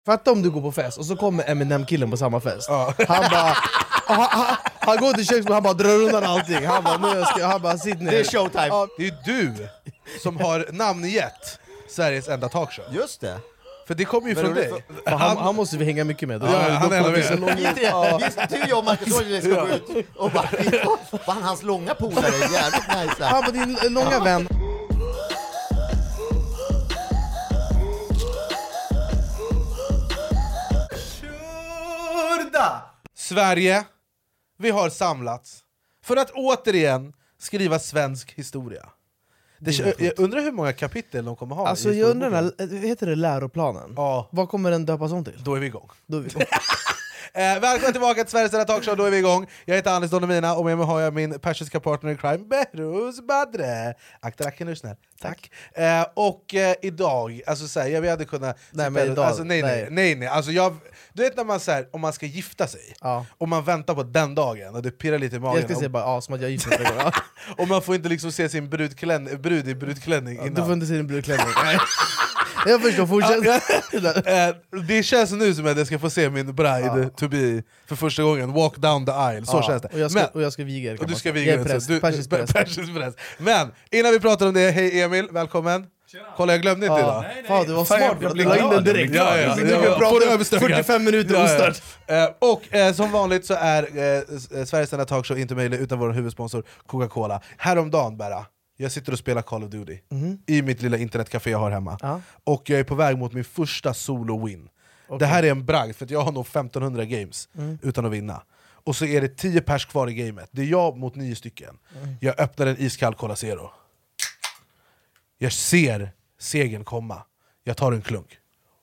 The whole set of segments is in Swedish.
Fatta om du går på fest och så kommer Eminem-killen på samma fest. Han bara... Han går till köksbordet, han bara drar undan allting. Han bara, han bara sitt ner. Det är showtime. Det är du som har namngett Sveriges enda talkshow. Just det. För det kommer ju från dig. Han måste vi hänga mycket med. Han är Du och Marcus Roger ska gå ut och bara hans långa polare är jävligt nice. Han var din långa vän. Sverige, vi har samlats för att återigen skriva svensk historia. Jag undrar hur många kapitel de kommer ha. Alltså jag undrar, heter det läroplanen? Ja. Vad kommer den döpas om till? Då är vi igång. Välkommen tillbaka till Sveriges talkshow, då är vi igång. Jag heter Anis Donomina och med mig har jag min persiska partner i crime, Behrouz Badre. Akta racken nu snäll. Tack. Idag, alltså såhär, vi hade kunnat... Nej. Alltså du vet när man såhär, om man ska gifta sig, och man väntar på den dagen och det pirrar lite i magen. Jag ska säga bara, som att jag gifter mig. Och man får inte liksom se sin brud i brudklänning innan. Du får inte se din brudklänning. Jag förstår, fortsätt. Det känns nu som att jag ska få se min bride to be för första gången, walk down the aisle, så känns det. Och jag ska viga er. Och du ska viga er, persisk präst. Men innan vi pratar om det, hej Emil, välkommen. Kolla, jag glömde inte idag. Fan, du var smart, jag la in den direkt. Jag pratar 45 minuter ostört. Och som vanligt så är Sveriges enda talkshow inte möjlig utan vår huvudsponsor Coca-Cola. Häromdagen bara, jag sitter och spelar Call of Duty i mitt lilla internetcafé jag har hemma. Och jag är på väg mot min första solo-win. Det här är en bragd, för att jag har nog 1500 games utan att vinna. Och så är det 10 pers kvar i gamet. Det är jag mot 9 stycken. Jag öppnar en iskall Cola Zero. Jag ser segern komma. Jag tar en klunk.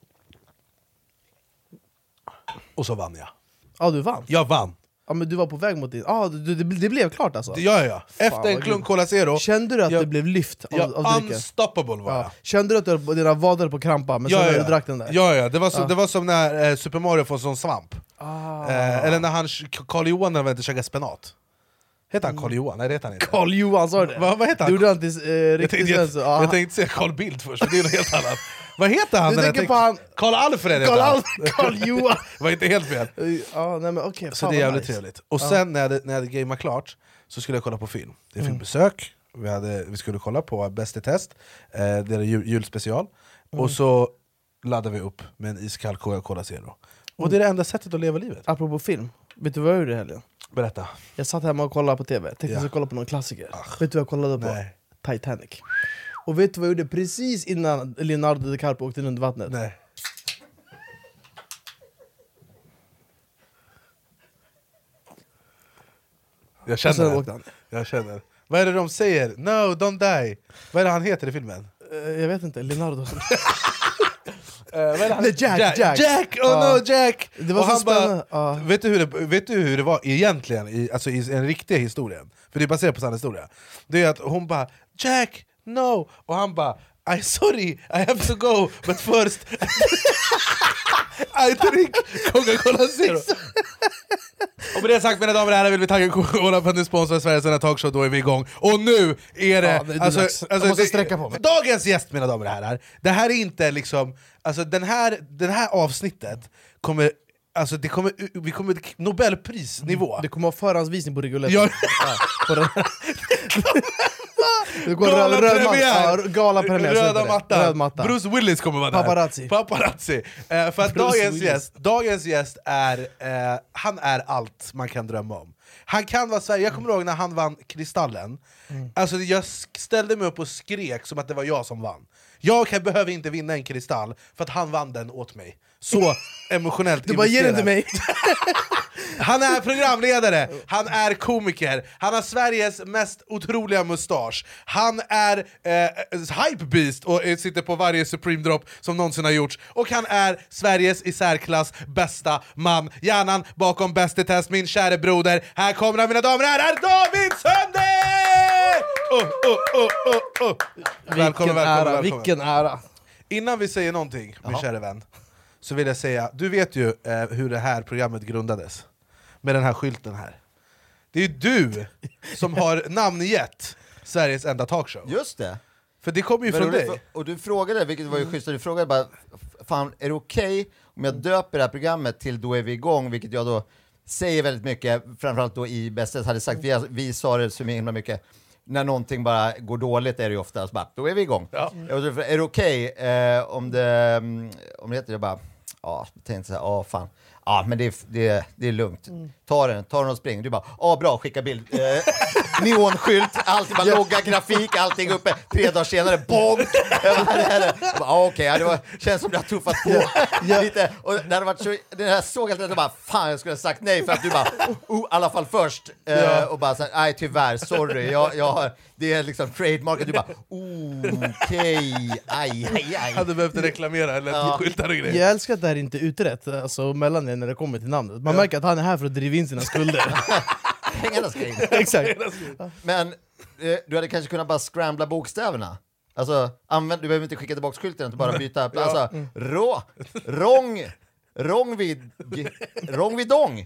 Och så vann jag. Ja, du vann? Jag vann. Ja, men du var på väg mot din... det blev klart alltså? Ja. Efter en klunk Cola Zero. Kände du att du blev lyft av drycken? Unstoppable var jag. Kände du att dina vader på krampa, men sen när du drack den där? Ja. Det var som när Super Mario får sån svamp. Eller när Karl-Johan när han inte käkade spenat. Heter han Karl-Johan? Nej, det heter han inte. Karl-Johan, sa du det? Vad heter han? Du gjorde han till riktigt svensk. Jag tänkte säga Carl Bildt först, för det är något helt annat. Vad heter han? Du tänker på han... Karl-Alfred heter han. Karl-Johan. Var inte helt fel. Ja, nej, men okay, så det är jävligt trevligt. Och sen när jag hade gameat klart så skulle jag kolla på film. Det är filmbesök. Vi skulle kolla på Bäst i test. Det är julspecial. Och så laddade vi upp med en iskall Coca-Cola Zero. Och det är det enda sättet att leva livet. Apropå film, vet du vad jag gjorde i helgen? Berätta. Jag satt hemma och kollade på tv. Tänkte jag skulle kolla på någon klassiker. Vet du vad jag kollade på? Nej. Titanic. Och vet du vad jag gjorde precis innan Leonardo DiCaprio åkte under vattnet? Nej. Jag känner. Vad är det de säger? No, don't die. Vad är det han heter i filmen? Jag vet inte, Leonardo. Jack! Oh no, Jack! Det var och han bara, vet du hur det var egentligen i en riktig historia? För det är baserat på sann historia. Det är att hon bara, Jack, no! Och han bara, sorry, I have to go, but first I drink Coca-Cola Zero. Och med det sagt, mina damer och herrar, vill vi tacka Coca-Cola för att ni sponsrar Sveriges enda talkshow. Då är vi igång. Och nu är det... jag måste sträcka på mig. Dagens gäst, mina damer och herrar. Det här är inte liksom... Alltså den här avsnittet kommer... Alltså vi kommer Nobelprisnivå. Det kommer ha förhandsvisning på Rigolette. Ja. Det går röd matta. Bruce Willis kommer vara där. Paparazzi. För att dagens gäst är han är allt man kan drömma om. Han kan vara Sverige. Jag kommer ihåg när han vann Kristallen. Alltså jag ställde mig upp och skrek som att det var jag som vann. Jag behöver inte vinna en kristall för att han vann den åt mig. Så emotionellt du bara ger den till mig. Han är programledare, han är komiker, han har Sveriges mest otroliga mustasch. Han är hypebeast och sitter på varje Supreme Drop som någonsin har gjorts. Och han är Sveriges i särklass bästa man. Hjärnan bakom Bäst i test, min kära broder. Här kommer han, mina damer och herrar, David Sunday! Välkommen. Vilken ära. Innan vi säger någonting, min kära vän, så vill jag säga, du vet ju hur det här programmet grundades. Med den här skylten här. Det är du som har namngett Sveriges enda talkshow. Just det. För det kommer ju från dig. Och du frågade, vilket var ju schysst, du frågade bara, fan, är det okej om jag döper det här programmet till Då är vi igång, vilket jag då säger väldigt mycket, framförallt då i Bästes hade sagt, vi sa det så himla mycket, när någonting bara går dåligt är det ju oftast bara, då är vi igång. Ja. Är det okej om det heter det bara, tänkte så här, fan. Ja, men det är lugnt. Ta den och spring. Du bara, bra, skicka bild. Neonskylt, allting bara logga, grafik, allting uppe. 3 dagar senare, bonk! Okej, det känns som det har tuffat på lite. Och det hade varit så, den här såg att jag bara, fan, jag skulle ha sagt nej för att du bara, i alla fall först. Och bara så här, nej tyvärr, sorry. Det är liksom trademark. Du bara, okej, aj. Hade behövt reklamera eller skyltar och grejer. Jag älskar att det här inte är utrett, alltså mellan er när det kommer till namnet. Man märker att han är här för att driva in sina skulder. Pengarna ska in. Exakt. Men du hade kanske kunnat bara scrambla bokstäverna. Alltså, du behöver inte skicka tillbaka skylten, inte bara byta. Alltså, Rångvidong.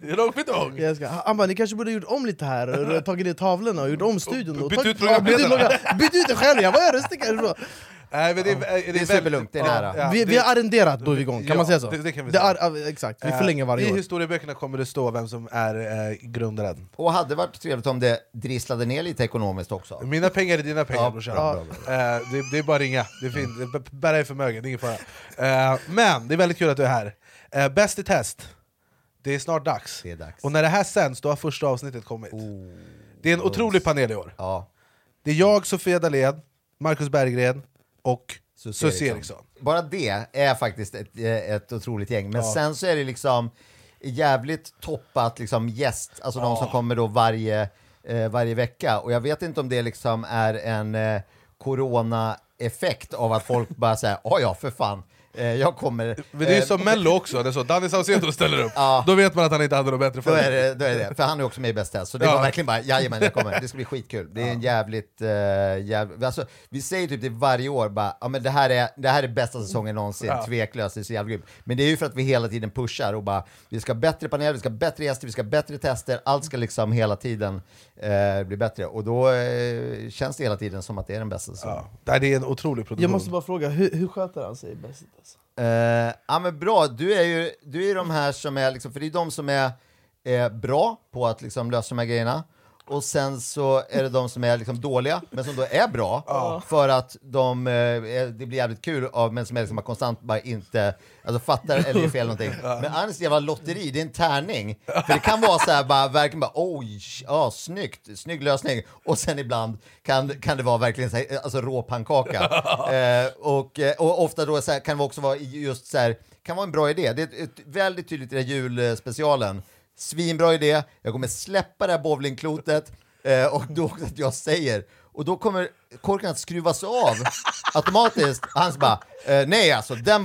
Han bara, ni kanske borde ha gjort om lite här och tagit ner tavlorna och gjort om studion. Bytt ut programledarna. Bytt ut det själv, jag var röstig. Nej, men det är superlugnt, det är nära. Vi har arrenderat Då är vi igång, kan man säga så? Det kan vi säga. Exakt, vi förlänger varje år. I historieböckerna kommer det stå vem som är grundaren. Och hade varit trevligt om det drisslade ner lite ekonomiskt också. Mina pengar är dina pengar, brorsan. Det är bara ringa. Det är fint. Bära är förmögen, det är ingen fara. Men det är väldigt kul att du är här. Bäst i test. Det är snart dags. Det är dags. Och när det här sänds, då har första avsnittet kommit. Det är en otrolig panel i år. Ja. Det är jag, Sofia Dalén, Marcus Berggren och Susie Eriksson. Bara det är faktiskt ett otroligt gäng. Men sen så är det liksom jävligt toppat liksom gäst, alltså de som kommer då varje vecka. Och jag vet inte om det liksom är en corona-effekt av att folk bara säger, ja för fan. Jag kommer... Men det är som Mello också, det är så. Danny Saucedo ställer upp. Då vet man att han inte hade något bättre för. Då är det. För han är också med i Bäst Test. Så det var verkligen bara, jajamän, jag kommer. Det ska bli skitkul. Det är en jävligt... alltså, vi säger typ det varje år, bara, men det här är bästa säsongen någonsin. Tveklöst, det är så jävla grymt. Men det är ju för att vi hela tiden pushar och bara, vi ska ha bättre panel, vi ska ha bättre gäster, vi ska ha bättre tester. Allt ska liksom hela tiden bli bättre. Och då känns det hela tiden som att det är den bästa säsongen. Det är en otrolig produktion. Jag måste bara fråga, hur sköter han sig i Bäst Test? Men bra, du är de här som är liksom, för det är de som är bra på att liksom lösa de här grejerna, och sen så är det de som är liksom dåliga men som då är bra för att det blir jävligt kul av, men som är liksom konstant bara inte fattar eller gör fel någonting. Men annars jävla lotteri, det är en tärning, för det kan vara så här bara verkligen bara oj, snygg lösning, och sen ibland kan det vara verkligen så här, rå pannkaka. Och ofta då så här, kan det också vara just så här, kan vara en bra idé. Det är väldigt tydligt i den julspecialen. Svinbra idé, jag kommer släppa det här bowlingklotet, och då att jag säger, och då kommer korken att skruvas av automatiskt. Han bara, nej alltså, den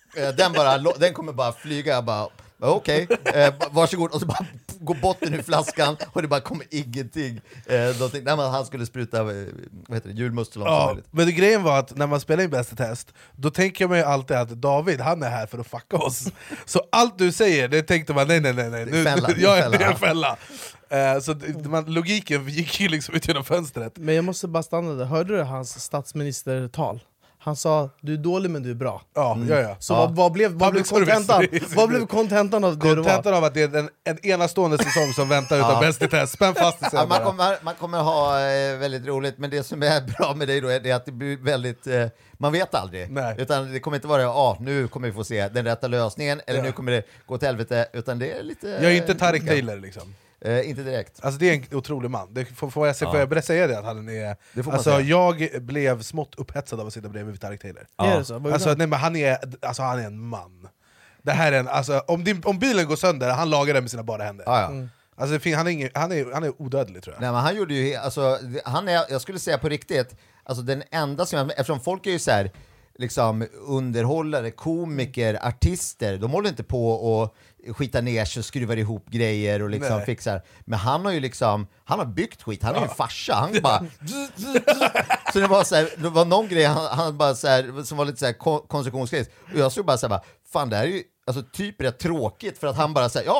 kommer bara flyga. Jag bara, okej, varsågod. Och så bara går botten ur flaskan och det bara kommer ingenting. Han skulle spruta julmustel. Men grejen var att när man spelar in Bäst i Test, då tänker man ju alltid att David, han är här för att fucka oss. Så allt du säger, det tänkte man nej, nu jag är en fälla. Så logiken gick ju liksom ut genom fönstret. Men jag måste bara stanna där. Hörde du hans statsministertal? Han sa, du är dålig men du är bra. Ja. Så vad blev kontentan av det? Kontentan av att det är en enastående säsong som väntar utav Bäst i Test. Spänn fast i sig. Man kommer ha väldigt roligt, men det som är bra med dig då är att det blir väldigt... man vet aldrig. Nej. Utan det kommer inte vara, nu kommer vi få se den rätta lösningen, eller nu kommer det gå till helvete, utan det är lite... Jag är inte Tareq Taylor liksom. Inte direkt. Alltså det är en otrolig man. Får jag berätta säga det att han är... Alltså jag blev smått upphetsad av att sitta bredvid Tareq Taylor. Är det så? Alltså, nej, men han är en man. Det här är om bilen går sönder, han lagar den med sina bara händer. Alltså han är odödlig, tror jag. Nej, men han gjorde ju, jag skulle säga på riktigt, alltså den enda som, eftersom folk är ju så här, liksom underhållare, komiker, artister, de håller inte på och skita ner sig och skruvar ihop grejer och liksom fixar. Men han har ju liksom, han har byggt skit, han är ju farsa, han bara så det var så här, det var någon grej han bara så här, som var lite så här konstruktionsgrej, och jag såg bara så här, fan det här är ju alltså typ rätt tråkigt, för att han bara säger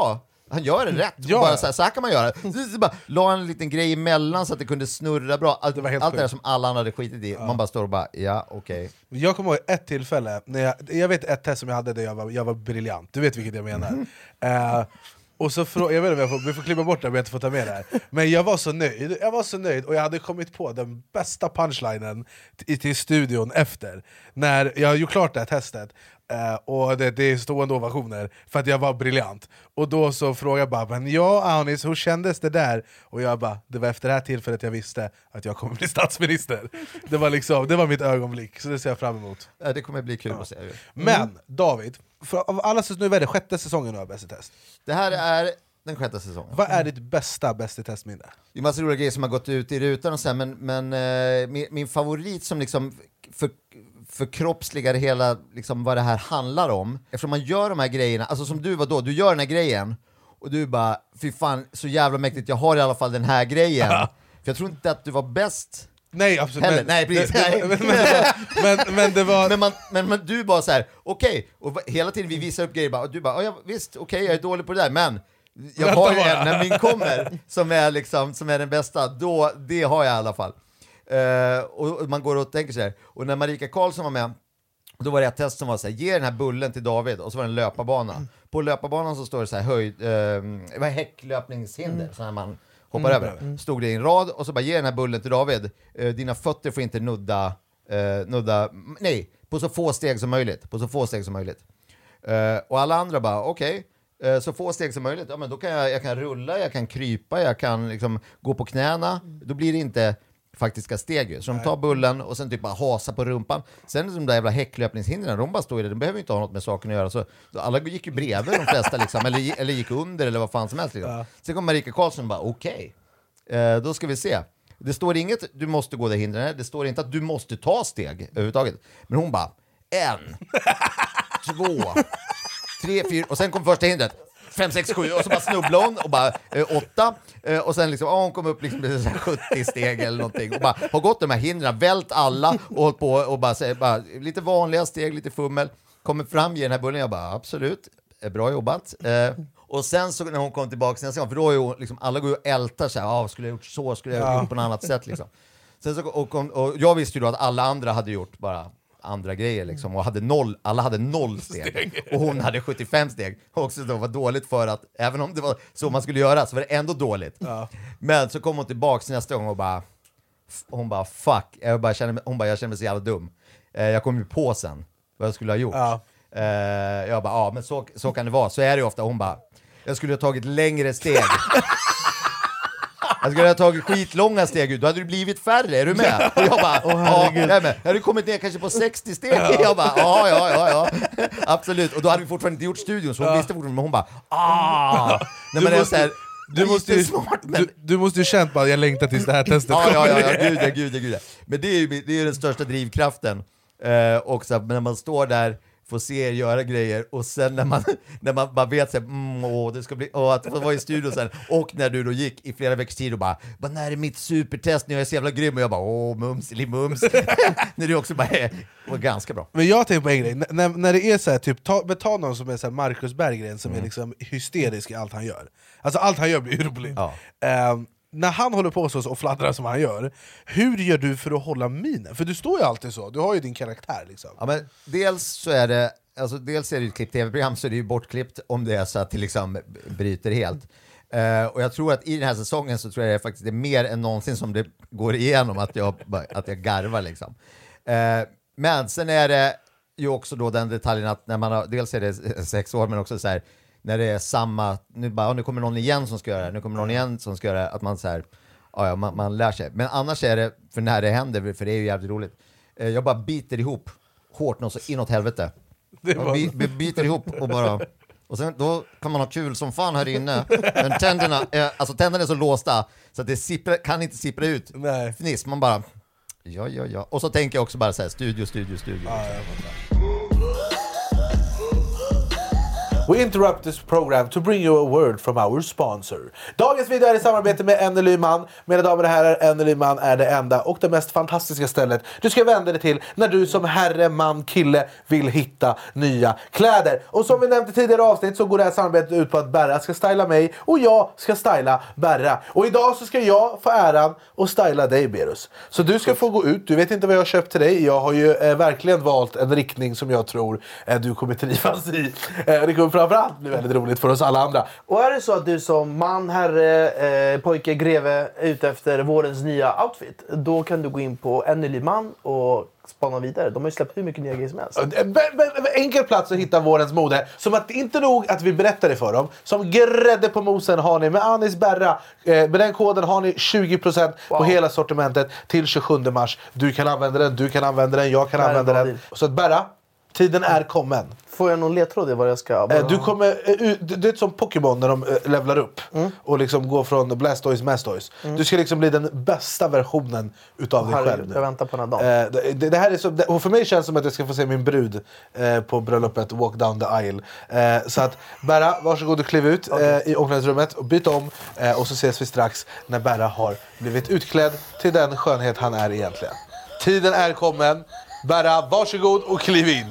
Han gör det rätt. Ja. Bara så här kan man göra. Så bara la en liten grej emellan så att det kunde snurra bra. Allt det där som alla andra hade skitit i. Man bara står och bara, ja, okej. Jag kommer ihåg ett tillfälle, när jag vet ett test som jag hade där jag var briljant. Du vet vilket jag menar. Och så jag vet inte, vi får klippa bort det om jag inte får ta med det här. Men jag var så nöjd och jag hade kommit på den bästa punchlinen till studion efter. När jag gjort klart det här testet. Och det är stående ovationer för att jag var briljant. Och då så frågade jag bara, men Anis, hur kändes det där? Och jag bara, det var efter det här tillfället jag visste att jag kommer bli statsminister. Det var mitt ögonblick, så det ser jag fram emot. Det kommer bli kul att se. Men David, för av alla säsonger, nu är det 6:e säsongen av Bäst i test. Det här är den 6:e säsongen. Vad är ditt bästa Bäst i test-minne? Det är massa roliga grejer som har gått ut i rutan och så här, men min favorit som liksom förkroppsligar hela liksom vad det här handlar om, eftersom man gör de här grejerna, alltså som du var då, du gör den här grejen och du bara, fy fan, så jävla mäktigt, jag har i alla fall den här grejen. För jag tror inte att du var bäst. Nej, absolut. Heller. Nej, precis. Men det var... Men du bara så här, okej, och hela tiden vi visar upp grejer, och du bara, ja, visst, okej, jag är dålig på det där, men jag har ju en när min kommer som är den bästa, då, det har jag i alla fall. Och man går och tänker så här. Och när Marika Karlsson var med, då var det ett test som var så här, ge den här bullen till David, och så var det en löparbana. På löparbanan så står det så här det var häcklöpningshinder, så här man hoppar över. Stod det i en rad, och så bara, ge den här bullen till David, dina fötter får inte nudda, nej, på så få steg som möjligt. Och alla andra bara, okej. Så få steg som möjligt, ja, men då kan jag kan rulla, jag kan krypa, jag kan liksom gå på knäna, då blir det inte faktiska steg. Så de tar bullen och sen typ bara hasa på rumpan. Sen de där jävla häcklöpningshindren, de bara står i det, de behöver inte ha något med saken att göra. Så alla gick ju bredvid de flesta liksom, eller gick under eller vad fan som helst liksom. Sen kom Marika Karlsson och bara, okej, då ska vi se. Det står inget, du måste gå där hindren, det står inte att du måste ta steg överhuvudtaget. Men hon bara, 1, 2, 3, 4, och sen kom första hindret 5, 6, 7, och så bara snubblade hon och bara 8, och sen liksom, hon kom upp liksom 70 steg eller någonting och bara har gått de här hindren, vält alla och hållit på och bara lite vanliga steg, lite fummel, kommer fram i den här bullen, jag bara absolut, bra jobbat. Och sen så när hon kom tillbaka nästa gång, för då är ju liksom, alla går ju och ältar så här, skulle jag gjort så, skulle jag gjort på något annat sätt liksom. Sen så, och jag visste ju då att alla andra hade gjort bara andra grejer liksom, och alla hade 0 steg och hon hade 75 steg, och också då var dåligt för att även om det var så man skulle göra så var det ändå dåligt. Men så kom hon tillbaka nästa gång och hon bara fuck, jag kände mig så jävla dum. Jag kom ju på sen vad jag skulle ha gjort. Jag bara, men så kan det vara, så är det ju ofta. Hon bara, jag skulle ha tagit längre steg. Jag skulle ha tagit skitlånga steg ut, då hade det blivit färre, är du med? Och jag bara, jag är med. Jag hade kommit ner kanske på 60 steg. Jag bara, ja, absolut. Och då hade vi fortfarande inte gjort studion, så hon visste fortfarande, men hon bara, när man är så här, du måste ju känt bara, jag längtar tills det här testet kommer. Gud. Men det är ju den största drivkraften. Och så när man står där, får se er göra grejer, och sen när man bara vet så här, det ska bli, att få vara i studion sen, och när du då gick i flera veckors tid och bara när är mitt supertest, när jag är så jävla grym, och jag bara, mums. När du också bara var ganska bra. Men jag tänker på en grej, när det är så här, typ, ta någon som är så här Marcus Berggren som är liksom hysterisk i allt han gör. Alltså allt han gör blir roligt. När han håller på så och fladdrar som han gör, hur gör du för att hålla minen? För du står ju alltid så, du har ju din karaktär liksom. Ja, men dels är det ju ett klipp-tv-program, så det är ju bortklippt om det är så att det liksom bryter helt. Och jag tror att i den här säsongen så tror jag faktiskt det är mer än någonsin som det går igenom att jag garvar liksom. Men sen är det ju också då den detaljen att när man har, dels är det 6 år, men också så här, när det är samma, nu kommer någon igen som ska göra det, att man så här, man lär sig. Men annars är det, för när det händer, för det är ju jävligt roligt, jag bara biter ihop hårt något så inåt helvete. Biter ihop och bara, och sen då kan man ha kul som fan här inne, men tänderna är så låsta så att det kan inte sippra ut. Nej. Fniss, man bara ja. Och så tänker jag också bara så här, studio. We interrupt this program to bring you a word from our sponsor. Dagens video är i samarbete med Ennely Man. Mina damer och herrar, Ennely Man är det enda och det mest fantastiska stället du ska vända dig till när du som herre, man, kille vill hitta nya kläder. Och som vi nämnde tidigare avsnitt så går det här samarbetet ut på att Berra ska styla mig och jag ska styla Berra. Och idag så ska jag få äran att styla dig, Berus. Så du ska få gå ut. Du vet inte vad jag har köpt till dig. Jag har ju verkligen valt en riktning som jag tror du kommer trivas i. Det kommer framförallt bli väldigt roligt för oss alla andra. Och är det så att du som man, herre, pojke, greve är ute efter vårens nya outfit, då kan du gå in på Ennely Man och spana vidare. De har ju släppt hur mycket nya grejer som helst. Enkel plats att hitta vårens mode. Som att inte nog att vi berättar det för dem. Som grädde på mosen har ni med Anis Berra. Med den koden har ni 20% på hela sortimentet till 27 mars. Du kan använda den, du kan använda den, jag kan använda den. Så att Berra, tiden är kommen. Får jag någon ledtråd i vad jag ska... Du kommer, det är som Pokémon när de levlar upp och liksom går från Blastoise Mastoise. Du ska liksom bli den bästa versionen utav dig själv. Jag väntar på den här dagen. Det här är så, och för mig känns det som att jag ska få se min brud på bröllopet Walk Down the Aisle. Så att Berra, varsågod och kliv ut i omklädningsrummet och byt om. Och så ses vi strax när Berra har blivit utklädd till den skönhet han är egentligen. Tiden är kommen. Berra, varsågod och kliv in.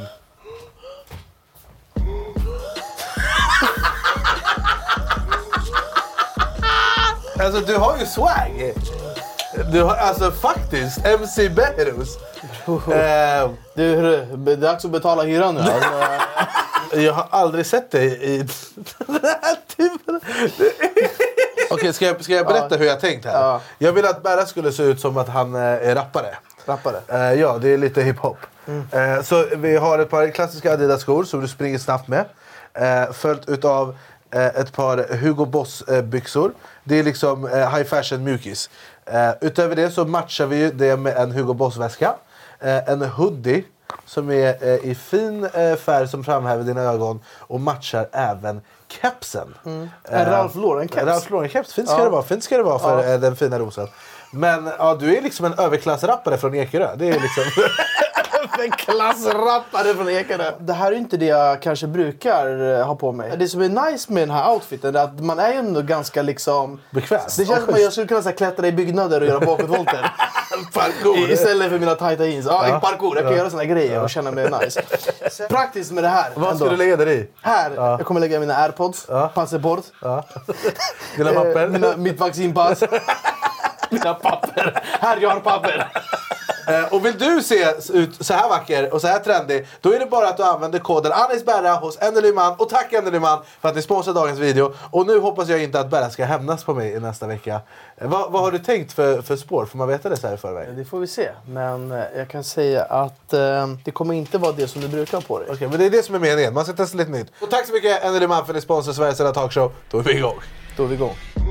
Alltså du har ju swag. Du har, alltså faktiskt MC Berus. Du, det är dags att betala hyran nu. Alltså. Jag har aldrig sett dig i den här typen. Okej, ska jag berätta hur jag tänkt här? Ja. Jag vill att Berra skulle se ut som att han är rappare. Ja, det är lite hiphop. Så vi har ett par klassiska Adidas-skor som du springer snabbt med. Följt utav ett par Hugo Boss-byxor. Det är liksom high fashion mjukis. Utöver det så matchar vi ju det med en Hugo Boss-väska. En hoodie som är i fin färg som framhäver dina ögon. Och matchar även kepsen. En Ralph Lauren-keps. Ralph Lauren-keps, fint ska det vara för den fina rosen. Men ja, du är liksom en överklassrappare från Ekerö. Det är liksom... En klassrappare från Ekerö. Det här är inte det jag kanske brukar ha på mig. Det som är nice med den här outfiten är att man är ju ändå ganska liksom... bekväm. Det känns som att jag skulle kunna så här, klättra i byggnader och göra bakåtvolter. Parkour. Istället för mina tajta jeans. Ja, parkour. Jag kan göra såna grejer och känna mig nice. Praktiskt med det här. Vad ska du lägga dig i? Här. Jag kommer lägga mina AirPods. Passport. Dina papper. Mitt vaccinpass. Mina papper. Här, jag har papper. Och vill du se ut så här vacker och så här trendig, då är det bara att du använder koden Anis Berra hos Ennely Man. Och tack Ennely Man för att ni sponsrar dagens video. Och nu hoppas jag inte att Berra ska hämnas på mig i nästa vecka. Vad har du tänkt för spår? Får man veta det så här i förväg? Det får vi se. Men jag kan säga att det kommer inte vara det som du brukar ha på dig. Okej, men det är det som är meningen. Man ska testa lite nytt. Och tack så mycket Ennely Man för att ni sponsrar Sveriges enda talkshow. Då är vi igång.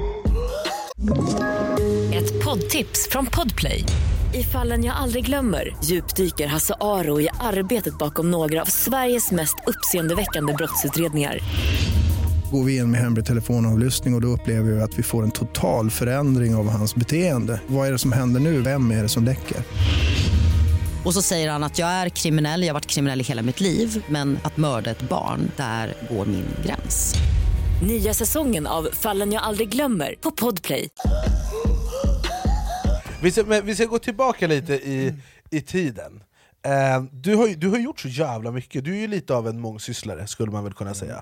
Ett poddtips från Podplay. I Fallen jag aldrig glömmer djupdyker Hasse Aro i arbetet bakom några av Sveriges mest uppseendeväckande brottsutredningar. Går vi in med hemlig telefonavlyssning och då upplever vi att vi får en total förändring av hans beteende. Vad är det som händer nu? Vem är det som läcker? Och så säger han att jag är kriminell, jag har varit kriminell i hela mitt liv. Men att mörda ett barn, där går min gräns. Nya säsongen av Fallen jag aldrig glömmer på Podplay. Vi ska gå tillbaka lite i tiden. Du har gjort så jävla mycket. Du är ju lite av en mångsysslare, skulle man väl kunna säga.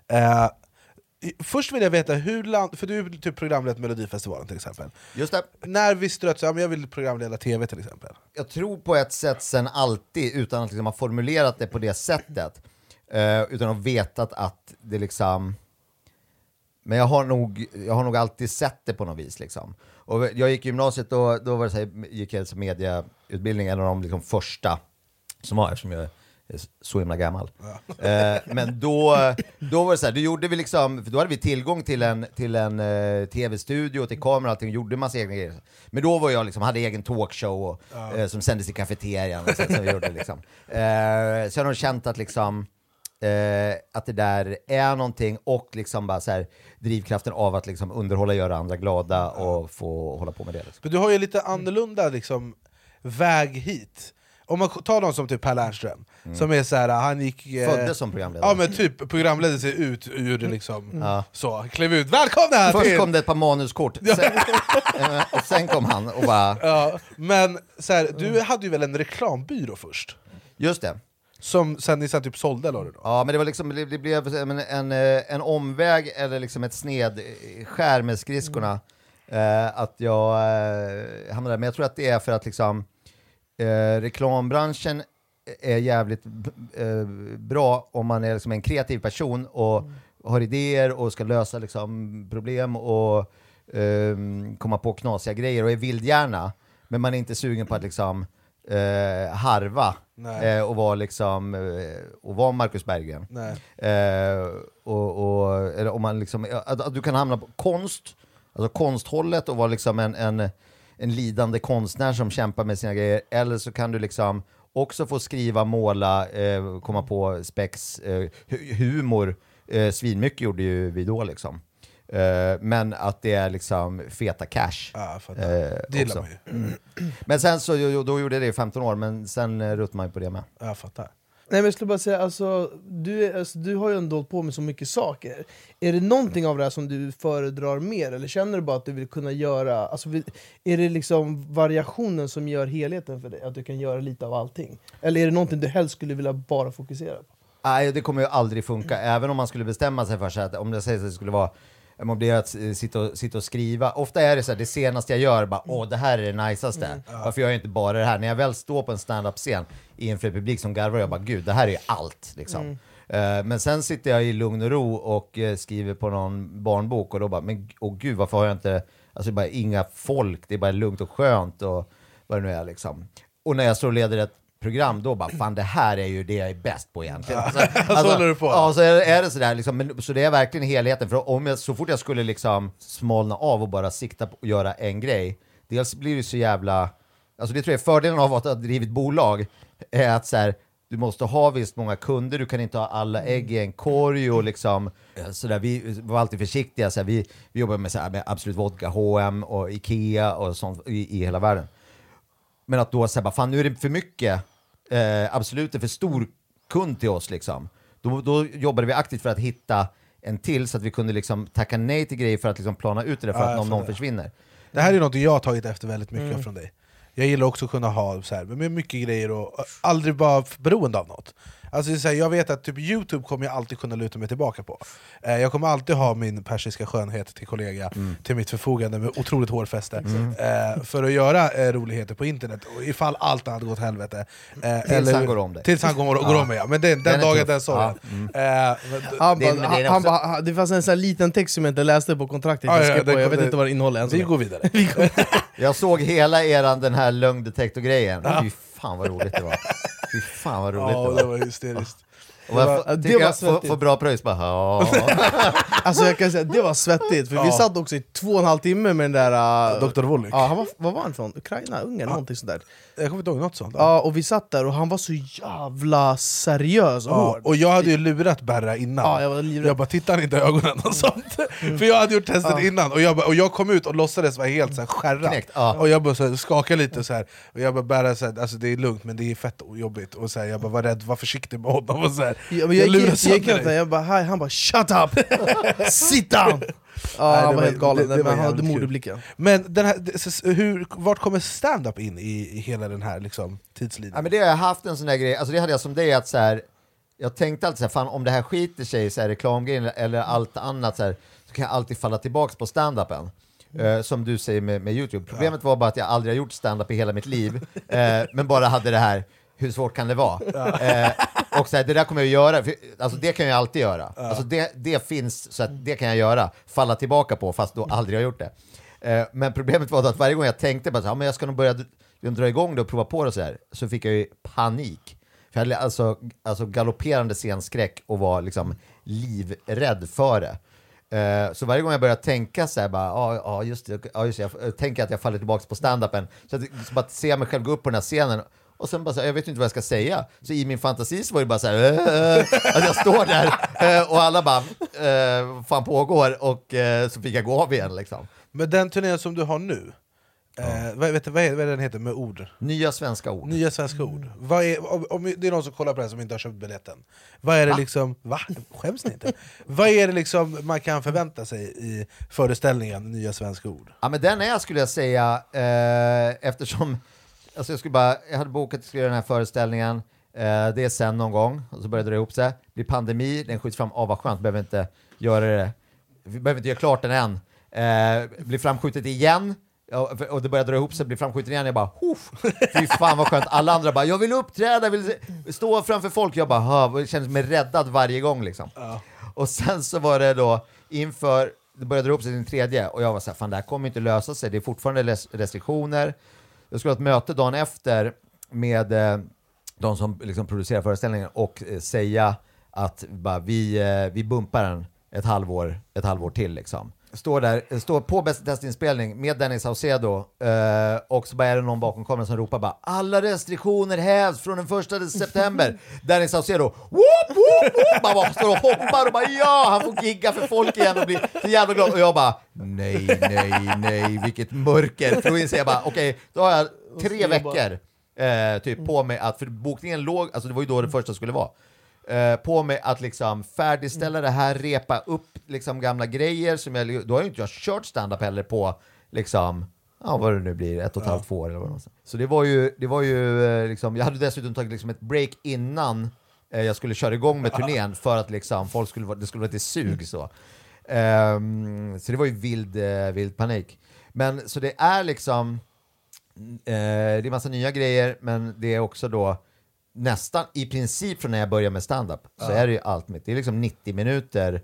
Först vill jag veta, för du är typ programledare Melodifestivalen till exempel. Just det. När visste du att jag vill programleda TV till exempel? Jag tror på ett sätt sen alltid, utan att liksom ha formulerat det på det sättet. Utan att veta att det liksom... Men jag har nog alltid sett det på något vis liksom. Och jag gick i gymnasiet och då var det så här, gick jag som mediautbildning, en av de liksom första som var, eftersom jag är så himla gammal. Ja. Men då var det så här, då gjorde vi liksom, för då hade vi tillgång till en tv-studio, till kamera och allting, och gjorde massa egna grejer. Men då var jag liksom, hade egen talkshow och, som sändes i kafeterian och så vi gjorde liksom. Så jag har nog känt att liksom att det där är någonting, och liksom bara så här, drivkraften av att liksom underhålla, göra andra glada och få hålla på med det liksom. Men du har ju lite annorlunda liksom väg hit. om man tar någon som typ Per Lernström, som är så här, han gick... Föddes som programledare. Ja, men typ programledde sig ut ur det liksom. Så, klev ut. Välkomna här Först till! kom det ett par manuskort, och sen kom han och bara... Ja, men så här, du hade ju väl en reklambyrå först? Just det. Som sen ni typ sålde, eller då? Ja, men det var liksom, det blev en omväg eller liksom ett snedskär med skridskorna. Att jag hamnade där. Men jag tror att det är för att liksom reklambranschen är jävligt bra om man är liksom en kreativ person och har idéer och ska lösa liksom problem och komma på knasiga grejer och är vildgärna. Men man är inte sugen på att liksom harva och vara liksom och vara Marcus Berggren. Eller om man liksom att du kan hamna på konst, alltså konsthållet och vara liksom en lidande konstnär som kämpar med sina grejer, eller så kan du liksom också få skriva, måla, komma på spex, humor, svinmycket gjorde ju vi då liksom. Men att det är liksom feta cash. Det gillar man ju. Men sen så då gjorde det i 15 år, men sen ruttade man ju på det med. Jag fattar. Nej, men jag skulle bara säga, alltså, du har ju ändå hållit på med så mycket saker. Är det någonting av det här som du föredrar mer? Eller känner du bara att du vill kunna göra... Alltså, är det liksom variationen som gör helheten för dig? Att du kan göra lite av allting? Eller är det någonting du helst skulle vilja bara fokusera på? Nej, det kommer ju aldrig funka. Även om man skulle bestämma sig för sig att om det sägs att det skulle vara... Om det är att sitta och skriva. Ofta är det så här, det senaste jag gör bara, det här är det najsaste. Varför gör jag inte bara det här? När jag väl står på en stand-up-scen inför en publik som garvar, jag bara, gud, det här är allt liksom. Men sen sitter jag i lugn och ro och skriver på någon barnbok och då bara, men gud, varför har jag inte, alltså bara inga folk, det är bara lugnt och skönt och vad det nu är liksom. Och när jag står och leder ett program, då bara, fan, det här är ju det jag är bäst på egentligen. Så håller du på. Ja, så är det sådär liksom, men, så det är verkligen helheten. För om jag, så fort jag skulle liksom smalna av och bara sikta på att göra en grej, dels blir det så jävla, alltså det tror jag är fördelen av att ha drivit bolag, är att så här, du måste ha visst många kunder, du kan inte ha alla ägg i en korg och liksom sådär, vi var alltid försiktiga så här, vi jobbar med, så här, med Absolut Vodka, H&M och Ikea och sånt i hela världen. Men att då säga, fan, nu är det för mycket Absolut är för stor kund till oss liksom. Då jobbade vi aktivt för att hitta en till så att vi kunde liksom tacka nej till grejer för att liksom plana ut det för att någon försvinner. Det här är något jag har tagit efter väldigt mycket från dig. Jag gillar också att kunna ha så här, med mycket grejer och aldrig vara beroende av något. Alltså, så här, jag vet att typ YouTube kommer jag alltid kunna luta mig tillbaka på. Jag kommer alltid ha min persiska skönhet till kollega till mitt förfogande med otroligt hårfäste för att göra roligheter på internet. Och ifall allt hade gått helvete. Tills han går om dig. Tills han går om mig, ja. Men den dagen den sorgen. Det fanns en sån här liten text som jag inte läste på kontraktet. Jag vet inte vad det innehåller ens. Vi går vidare. Jag såg hela den här lögndetektor-grejen. Fy fan vad roligt det var. Fy fan vad roligt det var. Det var hysteriskt. Det var svettigt. Få bra pröjs bara. Alltså jag kan säga, det var svettigt. För vi satt också i 2,5 timme med den där... Dr. Vollyk. Ja, vad var han från? Ukraina, Ungern, någonting sånt där. Jag kommer inte ihåg något sånt. Ja, och vi satt där och han var så jävla seriös och hård. Och jag hade ju lurat Berra innan. Ja, jag var livrädd. Jag bara, tittar inte i ögonen och sånt. För jag hade gjort testet innan och jag kom ut och låtsades vara helt så här skärrad. Och jag bara så här, skakade lite så här. Och jag bara, Berra så här, alltså det är lugnt men det är fett jobbigt. Och så här, jag bara, var rädd, var försiktig med honom och så här. Jag bara, hi, han bara, shut up! Sit down! Han var helt galen, men han hade mordeblicken. Men den här, vart kommer stand-up in i hela den här liksom, tidslinjen? Ja, men det har jag haft en sån där grej, alltså det hade jag som dig att så här, jag tänkte alltid så här, fan om det här skiter sig så här, reklamgrejen eller allt annat så här, så kan jag alltid falla tillbaka på stand-upen. Som du säger med YouTube. Problemet var bara att jag aldrig har gjort stand-up i hela mitt liv, men bara hade det här, hur svårt kan det vara? Och så här, det där kommer jag att göra, för, alltså det kan jag alltid göra. Alltså det finns, så att det kan jag göra, falla tillbaka på, fast då aldrig har gjort det. Men problemet var att varje gång jag tänkte bara så här, men jag ska nog börja dra igång det och prova på det så fick jag ju panik. För jag hade alltså galopperande scenskräck och var liksom livrädd för det. Så varje gång jag börjar tänka så här bara, just det, jag tänker att jag faller tillbaka på stand-upen, så bara ser jag mig själv gå upp på den här scenen och sen bara så här, jag vet inte vad jag ska säga, så i min fantasi så var det bara så här, att jag står där och alla bara vad fan pågår, och så fick jag gå av igen liksom. Men den turnén som du har nu, Vad är den heter med ord? Nya svenska ord. Nya svenska ord. Vad är, om det är någon som kollar på det här som inte har köpt biljetten, vad är det liksom... Va? Skäms ni inte? Vad är det liksom man kan förvänta sig i föreställningen Nya svenska ord? Ja, men den är, skulle jag säga, eftersom alltså jag hade bokat att skriva den här föreställningen, det är sen någon gång, och så började det ihop sig. Det blir pandemi, den skjuts fram, vad skönt, behöver inte göra det. Vi behöver inte göra klart den än. Blir framskjutet igen, och det börjar dra ihop sig, blir framskjutet igen. Jag bara, fy fan vad skönt. Alla andra bara, jag vill uppträda, vill stå framför folk. Jag bara, jag känner mig räddad varje gång liksom. Och sen så var det då inför, det började dra ihop sig den tredje, och jag var så här, fan det här kommer inte lösa sig, det är fortfarande restriktioner. Jag skulle ha ett möte dagen efter med de som liksom producerar föreställningen och säga att bara, vi bumpar den ett halvår till liksom. Står på Bäst testinspelning med Dennis Saucedo, och så bara är det någon bakom kameran som ropar bara, alla restriktioner hävs från den 1 september. Dennis Saucedo whoop, whoop, whoop, bara står och hoppar och bara, ja, han får gigga för folk igen och blir så jävla glad. Och jag bara, nej, vilket mörker. För då inser jag bara, okej, då har jag 3 veckor typ på mig att, för bokningen låg, alltså det var ju då det första skulle vara, på mig att liksom färdigställa det här, repa upp liksom gamla grejer som då har ju inte jag kört stand-up heller på liksom, vad det nu blir, 1,5-2 år eller vad det var. Så det var ju liksom, jag hade dessutom tagit liksom ett break innan jag skulle köra igång med turnén för att liksom det skulle vara lite sug så. Så det var ju vild panik. Men så det är liksom det är massa nya grejer, men det är också då nästan i princip från när jag börjar med stand-up så är det ju allt mitt. Det är liksom 90 minuter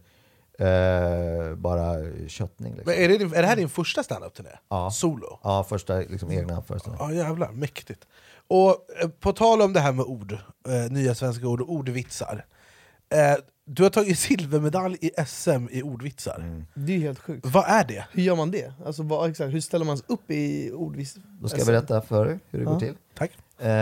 bara köttning liksom. Men är det här din första stand-up-turné? Ja. Solo? Ja, första liksom egna föreställningen. Ja, jävlar, mäktigt. Och på tal om det här med ord, nya svenska ord och ordvitsar. Du har tagit silvermedalj i SM i ordvitsar. Det är helt sjukt. Vad är det? Hur gör man det? Alltså, exakt, hur ställer man sig upp i ordvitsar? Då ska jag berätta för dig hur det går till. Tack.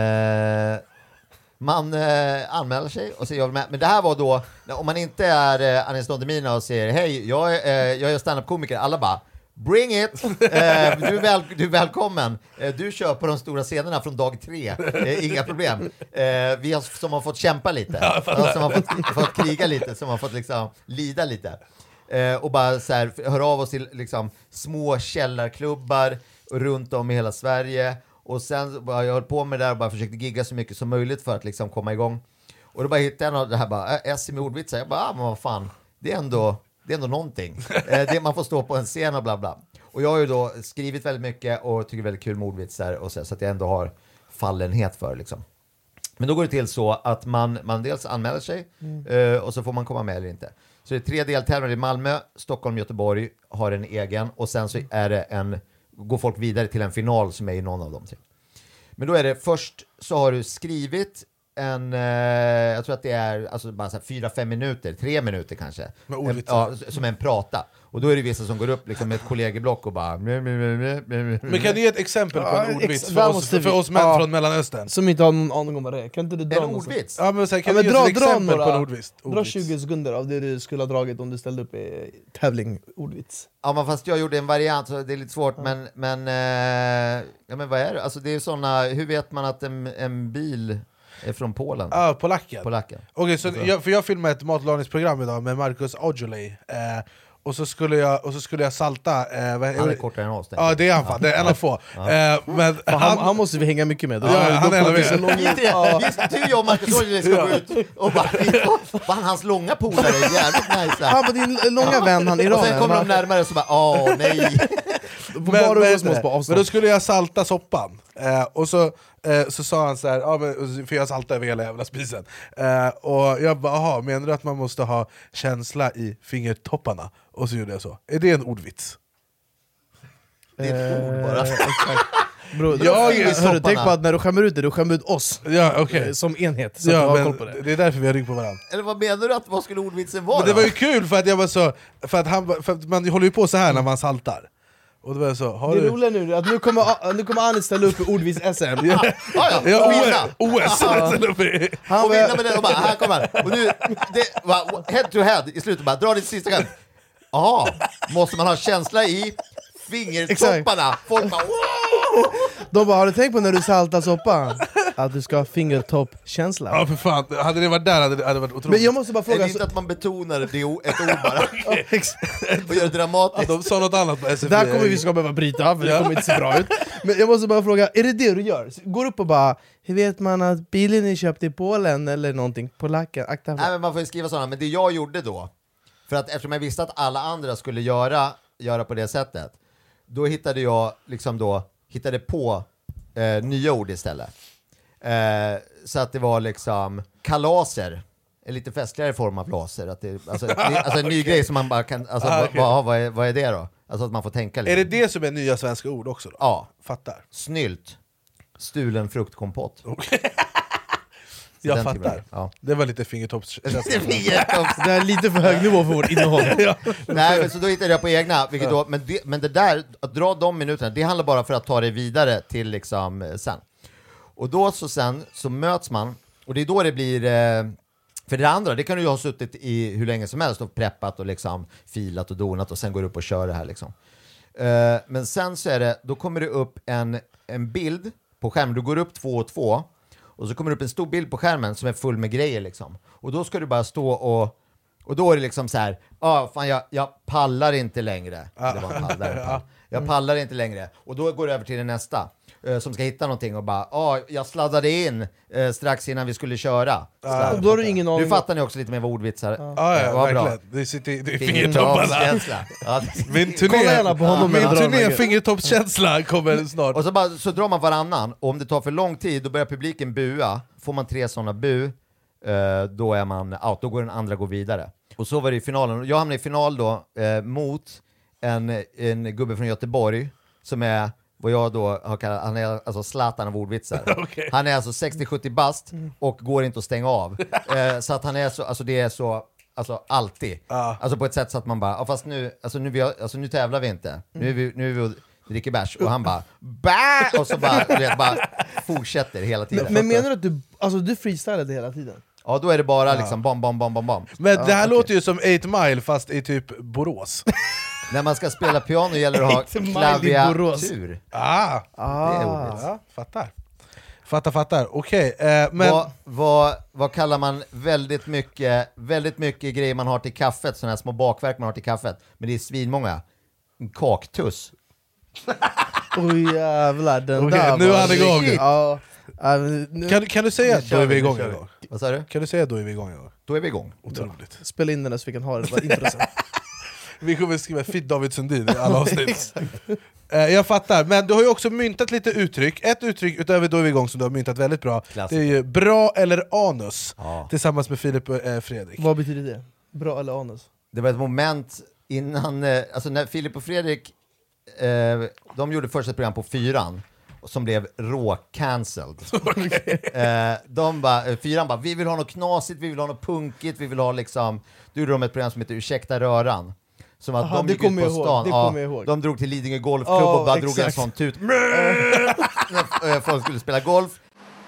Man anmäler sig och säger med. Men det här var då, om man inte är Anis Don Demina och säger hej, jag är stand-up-komiker, alla bara bring it, du är välkommen, du kör på de stora scenerna från dag 3, inga problem. Vi som har fått kämpa lite, som har fått kriga lite, som har fått liksom lida lite, och bara så här, hör av oss till liksom små källarklubbar runt om i hela Sverige. Och sen bara, jag höll på med det där och bara försökte gigga så mycket som möjligt för att liksom komma igång. Och då bara hittade jag något, det här bara, SM i ordvitsar. Jag bara, men vad fan, det är ändå någonting. Man får stå på en scen och bla bla. Och jag har ju då skrivit väldigt mycket och tycker väldigt kul med ordvitsar och så att jag ändå har fallenhet för liksom. Men då går det till så att man dels anmäler sig och så får man komma med eller inte. Så det är 3 deltävlingar i Malmö, Stockholm, Göteborg har en egen, och sen så är det går folk vidare till en final som är i någon av dem 3. Men då är det först så har du skrivit jag tror att det är alltså bara så 4-5 minuter, 3 minuter kanske. Som en prata. Och då är det vissa som går upp liksom med ett kollegieblock och bara... Men kan du ge ett exempel på en ordvits för oss män från Mellanöstern? Som inte har någon aning om vad det är. Kan inte du dra en ordvits? Ja, men kan du ge ett exempel på en ordvits? Dra 20 sekunder av det du skulle ha dragit om du ställde upp i tävling ordvits. Ja, men fast jag gjorde en variant så det är lite svårt, men vad är det? Alltså det är såna, hur vet man att en bil är från Polen? Ja, Polacken. Okej, så jag filmade ett matlagningsprogram idag med Marcus Aujalay. Och så skulle jag salta... han är kortare än oss. Ja, det är han fan. Det är en av få. Men han måste vi hänga mycket med. Han är du och jag och Marcus Aujalay ska gå ut och bara... hans långa polare är jävligt nice. Han var din långa vän, han iranen. Och sen kommer de närmare och så bara, nej. Men då skulle jag salta soppan. Och så sa han så här, för jag saltade över hela jävla spisen. Och jag bara, menar du att man måste ha känsla i fingertopparna? Och så gjorde jag så. Är det en ordvits? Det är ett ord bara. Bro, tänk på att när du skämmer ut det, du skämmer ut oss som enhet. Så att du har koll på det. Det är därför vi har ringt på varandra. Eller vad menar du, vad skulle ordvitsen vara? Men det var ju kul för att jag var så, för att man håller ju på så här när man saltar. Och det var så, det är roligt nu att nu kommer Anis ställa upp i ordvis SM. OS. Han vinner med den och bara, här kommer han. Och nu, head to head i slutet bara, dra ditt sista gång. Måste man ha känsla i fingertopparna? Folk bara, wow! De bara, har du tänkt på när du saltar soppan? Att du ska ha fingertoppkänsla. Ja för fan, hade det varit där hade det varit otroligt. Men jag måste bara fråga... Är det inte att man betonar ett ord bara? Och gör det dramatiskt? De sa något annat på SFI. Där kommer vi ska behöva bryta, för det kommer inte se bra ut. Men jag måste bara fråga, är det du gör? Går upp och bara, hur vet man att bilen är köpt i Polen eller någonting? Polacken, akta. Nej, men man får ju skriva sådana, men det jag gjorde då, för att eftersom jag visste att alla andra skulle göra på det sättet, då hittade jag hittade på nya ord istället. Så att det var liksom kalaser, en lite festligare form av laser, att det, alltså en ny grej som man bara kan, alltså, vad är det då? Alltså att man får tänka lite. Är det som är nya svenska ord också då? Ja. Fattar. Snylt. Stulen fruktkompott. Jag fattar. Ja. Det var lite fingertoppskänsla. Det är lite för hög nivå för vårt innehåll. Nej, men så då hittade jag på egna, vilket då, men det där, att dra de minuterna, det handlar bara för att ta det vidare till liksom sen. Och då sen så möts man, och det är då det blir, för det andra, det kan du ju ha suttit i hur länge som helst och preppat och liksom filat och donat och sen går du upp och kör det här liksom. Men sen så är det, då kommer det upp en bild på skärmen, du går upp 2 och 2 och så kommer det upp en stor bild på skärmen som är full med grejer liksom. Och då ska du bara stå och då är det liksom så här, fan jag pallar inte längre. Det var en pall. Jag pallar inte längre. Och då går det över till den nästa som ska hitta någonting och bara, jag sladdade in strax innan vi skulle köra. Då har du ingen aning. Nu fattar ni också lite mer vad ordvitsar. Ja, verkligen. Det sitter i fingertopparna. Min turné fingertoppskänsla kommer snart. Och så drar man varannan, och om det tar för lång tid då börjar publiken bua. Får man 3 sådana då är man out, då går den andra vidare. Och så var det i finalen. Jag hamnade i final då mot en gubbe från Göteborg som är vad jag då har kallat, han är alltså Zlatan av ordvitsar. Okay. Han är alltså 60-70 bast och går inte att stänga av. Så att han är så, alltså det är så, alltså alltid. Alltså på ett sätt så att man bara, fast nu, alltså nu tävlar vi inte. Nu är vi och dricker bärs, och han bara bä! Och så bara fortsätter hela tiden. Men menar du att du freestylade hela tiden? Ja, då är det bara liksom bam. Men det här låter ju som 8 Mile fast i typ Borås. När man ska spela piano gäller det att ha klaviatur. Det är ordet. Ja, fattar. Okej, men vad kallar man väldigt mycket grejer man har till kaffet, sådana här små bakverk man har till kaffet, men det är svinmånga. En kaktuss. Jävlar, den där nu är det igång. Ja. Kan du säga att då är vi igång en gång? Vad sa du? Kan du säga att då är vi igång en gång? Då är vi igång. Otroligt. Spela in den så vi kan ha det, var intressant. Vi kommer skriva Fit David Sundin i alla avsnitt. Jag fattar, men du har ju också myntat lite uttryck. Ett uttryck utöver då är vi igång som du har myntat väldigt bra. Klassiker. Det är ju bra eller anus, tillsammans med Filip och Fredrik. Vad betyder det? Bra eller anus? Det var ett moment innan, alltså när Filip och Fredrik de gjorde först ett program på 4 som blev rå-cancelled. Fyran bara, vi vill ha något knasigt, vi vill ha något punkigt, vi vill ha liksom, du gjorde de ett program som heter Ursäkta röran. Som att de gick ut på stan, de drog till Lidingö golfklubb och bara drog en sån tut. Folk skulle spela golf.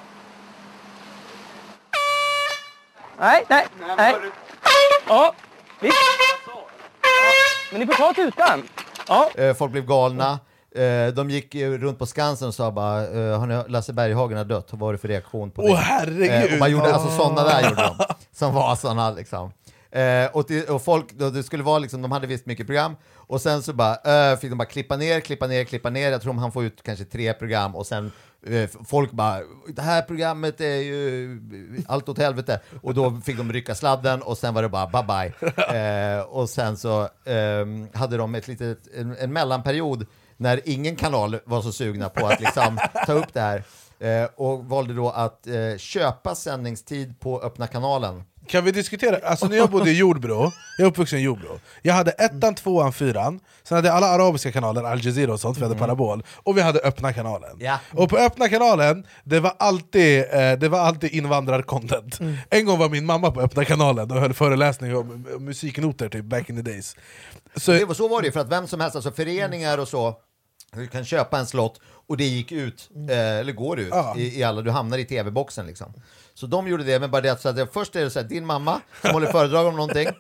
Nej. Ja, visst. Men ni får ta tutan. Ja. Folk blev galna. De gick runt på Skansen och sa bara, har ni Lasse Berghagen har dött? Vad var det för reaktion på det? Herregud! Och man gjorde, alltså sådana där gjorde de. Som var sådana liksom. Och folk, det skulle vara liksom, de hade visst mycket program. Och sen så bara, fick de bara klippa ner. Jag tror han får ut kanske 3 program. Och sen folk bara, det här programmet är ju allt åt helvete. Och då fick de rycka sladden och sen var det bara bye bye. Och sen så hade de en mellanperiod när ingen kanal var så sugna på att liksom ta upp det här. Och valde då att köpa sändningstid på öppna kanalen. Kan vi diskutera? Alltså när jag bodde i Jordbro, jag är uppvuxen i Jordbro. Jag hade 1, 2, 4. Sen hade alla arabiska kanaler, Al Jazeera och sånt, vi hade parabol. Och vi hade öppna kanalen. Ja. Och på öppna kanalen, det var alltid invandrarcontent. En gång var min mamma på öppna kanalen och höll föreläsning om musiknoter typ back in the days. Så var det, för att vem som helst, alltså föreningar och så, du kan köpa en slott och det gick ut, eller går ut i alla, du hamnar i tv-boxen liksom. Så de gjorde det, men bara det att först är det så här, din mamma som håller föredrag om någonting,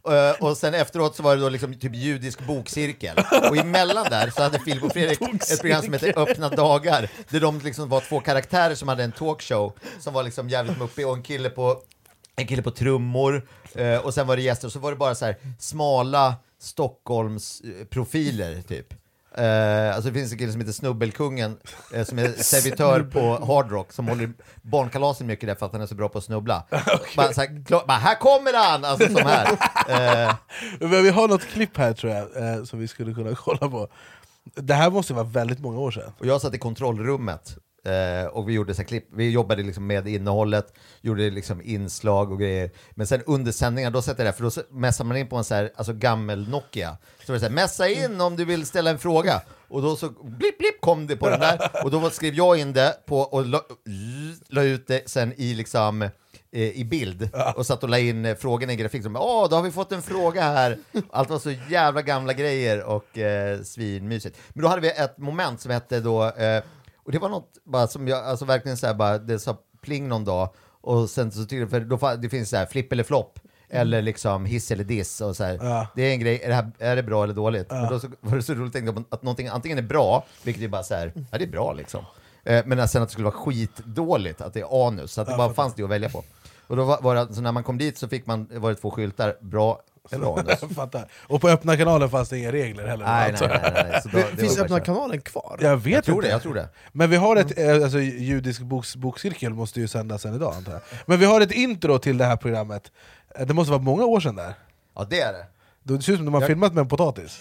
Och sen efteråt så var det då liksom typ judisk bokcirkel. Och emellan där så hade Filip och Fredrik ett program som heter Öppna dagar. Där de liksom var 2 karaktärer som hade en talkshow som var liksom jävligt muppig och en kille på trummor. Och sen var det gäster och så var det bara så här smala Stockholms profiler typ. Alltså det finns en kille som heter Snubbelkungen som är servitör på Hard Rock som håller barnkalasen mycket där för att han är så bra på att snubbla. Bara så här, här kommer han! Alltså som här. Men vi har något klipp här tror jag som vi skulle kunna kolla på. Det här måste vara väldigt många år sedan. Och jag satt i kontrollrummet och vi gjorde så här klipp. Vi jobbade liksom med innehållet, gjorde liksom inslag och grejer. Men sen under sändningar, då sätter jag det, för då mässar man in på en så här, alltså gammel Nokia. Så det så här, mässa in om du vill ställa en fråga. Och då så blipp blipp kom det på den där. Och då skrev jag in det på och la ut det sen i liksom i bild och satt och la in frågorna i grafik som då har vi fått en fråga här. Allt var så jävla gamla grejer och svinmysigt. Men då hade vi ett moment som hette då och det var något bara som jag alltså verkligen så här bara det sa pling någon dag och sen så tyckte jag, för då det finns så här flipp eller flopp eller liksom hiss eller diss och så här. Det är en grej, är det bra eller dåligt? Och då så var det så roligt att tänka på att någonting antingen är bra, vilket är bara så här, ja det är bra liksom. Men sen att det skulle vara skitdåligt, att det är anus, så att det bara fanns det att välja på. Och då var det, så när man kom dit så var det 2 skyltar, bra eller anus. Fattar. Och på öppna kanalen fanns det inga regler heller. Nej. Så då, finns öppna kanalen kvar? Jag tror det. Men vi har ett, alltså judisk bokcirkel måste ju sändas än idag antar jag. Men vi har ett intro till det här programmet. Det måste vara många år sedan där. Ja det är det. Det ser ut som de har filmat med en potatis.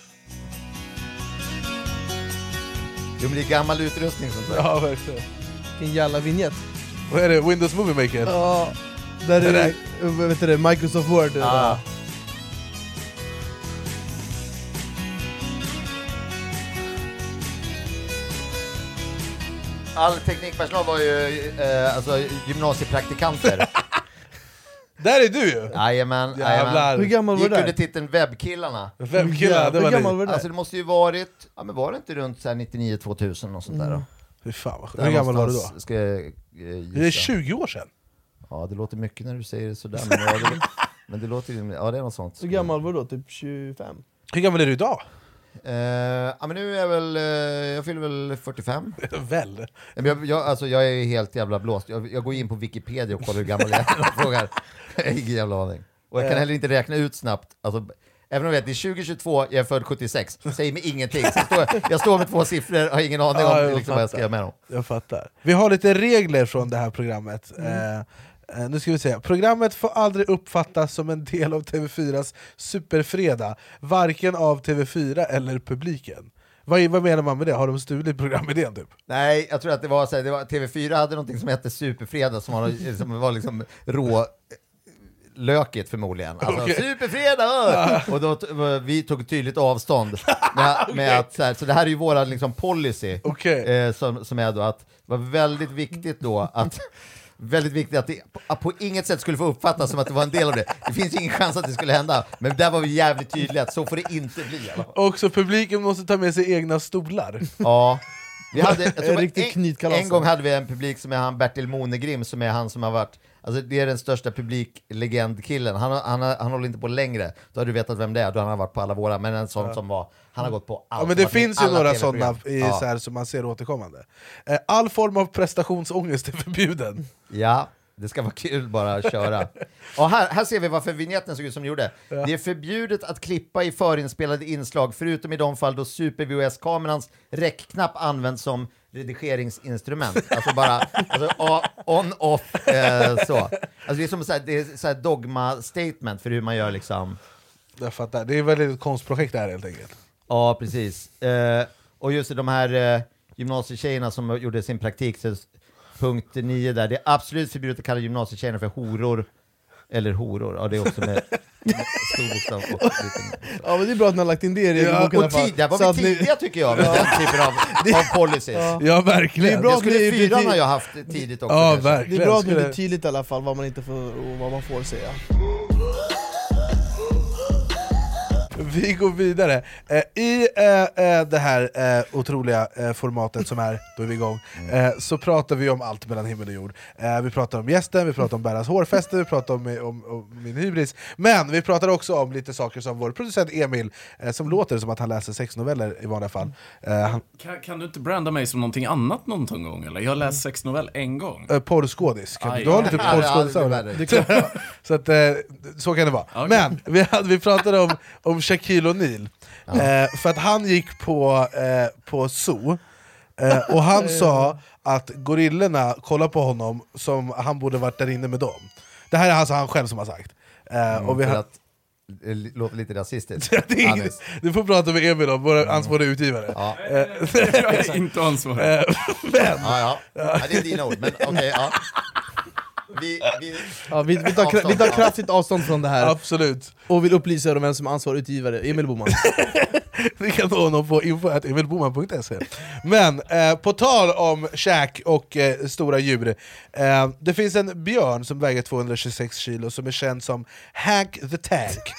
Jo men det är gammal utrustning som sagt. Ja verkligen. Vilken jävla vignett. Vad är det? Windows Movie Maker? Ja, där är det, vet du, Microsoft Word. All teknikpersonal var ju alltså gymnasiepraktikanter. Där är du ju! Jajamän. Hur gammal var gick det? under titeln Webbkillarna. Webbkillarna, det var hur gammal var det? Alltså det måste ju varit, men var det inte runt 99-2000 och sånt där då? Hur fan vad hur gammal var du då? Ska jag Det är 20 år sedan. Ja, det låter mycket när du säger det sådär. Men det låter ju, ja det är något sånt. Hur gammal var du då? Typ 25? Hur gammal är du idag? Men nu är jag väl, jag fyller väl 45. Väl? Jag är helt jävla blåst. Jag går in på Wikipedia och kollar hur gammal jag är och frågar. Ingen jävla aning. Och jag kan heller inte räkna ut snabbt. Alltså, även om jag vet, det är 2022, jag är född 76. Säger mig ingenting. Så jag står med 2 siffror och har ingen aning om liksom vad jag ska göra med dem. Jag fattar. Vi har lite regler från det här programmet. Nu ska vi se. Programmet får aldrig uppfattas som en del av TV4s superfredag, varken av TV4 eller publiken. Vad menar man med det? Har de stulit programidén typ? Nej, jag tror att det var så här, TV4 hade någonting som hette superfredag som var liksom lökigt förmodligen. Alltså superfredag! Och då vi tog tydligt avstånd med att så det här är ju våran liksom policy som är då att det var väldigt viktigt att det på inget sätt skulle få uppfattas som att det var en del av det. Det finns ingen chans att det skulle hända. Men där var vi jävligt tydliga att så får det inte bli. Också publiken måste ta med sig egna stolar. Ja. Vi hade, en gång hade vi en publik som är han Bertil Monegrim, som är han som har varit, alltså det är den största publiklegendkillen. Han håller inte på längre. Då har du vetat vem det är, då han har varit på alla våra. Men en sån som var, han har gått på allt. Ja, men det finns ju några sådana så här, som man ser återkommande. All form av prestationsångest är förbjuden. Ja, det ska vara kul bara att köra. Och här ser vi varför vignetten såg ut som det gjorde. Ja. Det är förbjudet att klippa i förinspelade inslag, förutom i de fall då Super-VHS-kamerans räckknapp används som redigeringsinstrument. Alltså bara on-off så. Alltså det är som så här dogma-statement för hur man gör liksom. Jag fattar. Det är väldigt ett konstprojekt där helt enkelt. Ja, precis. Och just de här gymnasietjejerna som gjorde sin praktik, så punkt 9 där, det är absolut förbjudet att kalla gymnasietjejerna för horor. Eller horor, ja det är också med stor bokstav och ja, men det är bra att ni har lagt in det i regelboken. Och där var vi tidiga tycker jag med den typen av policies. Ja, verkligen. Det är bra det skulle fyran har jag haft tidigt också. Ja, verkligen. Det är bra att det är tydligt i alla fall vad man inte får och vad man får säga. Vi går vidare. I det här otroliga formatet som är, då är vi igång, så pratar vi om allt mellan himmel och jord. Vi pratar om gästen, vi pratar om Berras hårfäste, vi pratar om min hybris. Men vi pratar också om lite saker som vår producent Emil, som låter som att han läser sexnoveller i vanliga fall. Kan du inte branda mig som någonting annat någon gång? Eller? Jag har läst sexnovell en gång. Porrskådis. Du har lite porrskådis. Så att, så kan det vara. Okay. Men vi pratade om Shaquille O'Neal. För att han gick på zoo. Och han sa att gorillorna kollar på honom som han borde varit där inne med dem. Det här är alltså han själv som har sagt. Och det låter lite rasistiskt. Du får prata med Emil om vår ansvariga utgivare. Ja. Jag är inte ansvarig. Men det är dina ord, men okej, ja. Vi tar kraftigt avstånd från det här. Absolut. Och vill upplysa er om vem som är ansvarig utgivare, Emil Boman. Ni kan nå honom på info@emilboman.se. Men på tal om käk och stora djur, det finns en björn som väger 226 kilo som är känd som Hank the Tank,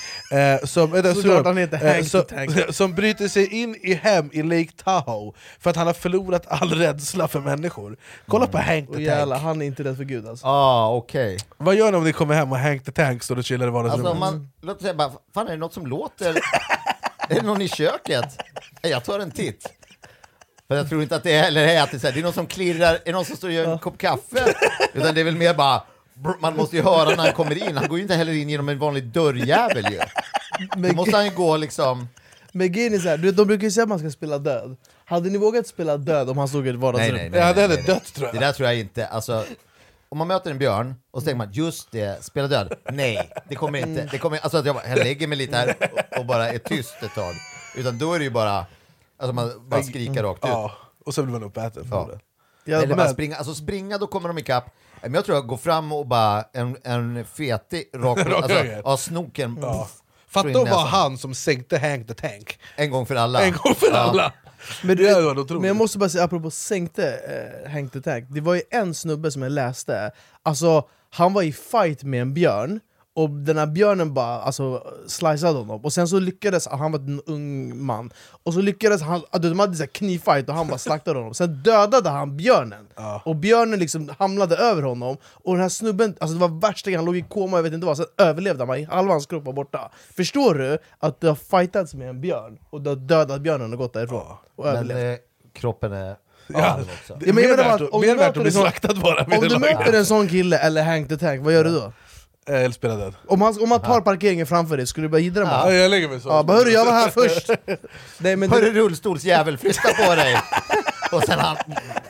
som bryter sig in i hem i Lake Tahoe för att han har förlorat all rädsla för människor. Kolla på Hank the Tank. Jävla, han är inte rädd för Gud alltså. Okej. Vad gör ni om ni kommer hem och Hank the Tank står och chillar i vardagsrummet? Alltså låt oss säga bara, fan är det något som låter? Är det någon i köket? Jag tar en titt. För jag tror inte att det är att det är någon som klirrar, är det någon som står och gör en kopp kaffe? Utan det är väl mer bara, man måste ju höra när han kommer in. Han går ju inte heller in genom en vanlig dörrjävel ju. Då måste han ju gå liksom. Men grejen är så här, de brukar ju säga att man ska spela död. Hade ni vågat spela död om han stod i ett vardagsrum? Nej. Jag hade dött, tror jag. Det där tror jag inte, alltså. Om man möter en björn och så tänker man, just det, spela död. Nej, det kommer inte. Det kommer, alltså att jag lägger mig lite här och bara är tyst ett tag. Utan då är det ju bara, alltså man bara skriker rakt ut. Ja, och så blir man uppäten. Eller bara springa, då kommer de ikapp. Men jag tror jag går fram och bara en fetig alltså snoken. Ja. Fatta att vara han som sänkte Hank the Tank. En gång för alla. Men jag måste bara säga, apropå sänkte Hank the Tank, det var ju en snubbe som jag läste, alltså han var i fight med en björn och den här björnen bara sliceade honom, och sen så lyckades han var en ung man, och så lyckades han, de hade så här knivfight och han bara slaktade honom, sen dödade han björnen och björnen liksom hamnade över honom, och den här snubben, alltså det var värsta, han låg i koma, jag vet inte vad, sen överlevde han, halva hans kropp var borta. Förstår du att du har fightats med en björn och du har dödat björnen och gått därifrån och överlevt? Men kroppen är också. Det är mer värt att bli slaktad bara. Om du möter en sån kille eller Hank the Tank, vad gör du då? Eller spela död. Om man tar parkeringen framför dig, skulle du bara hidra med? Ja, jag lägger mig så. Hörru, jag var här först. Nej, men hörru, rullstolsjävel, flytta på dig. Och sen han.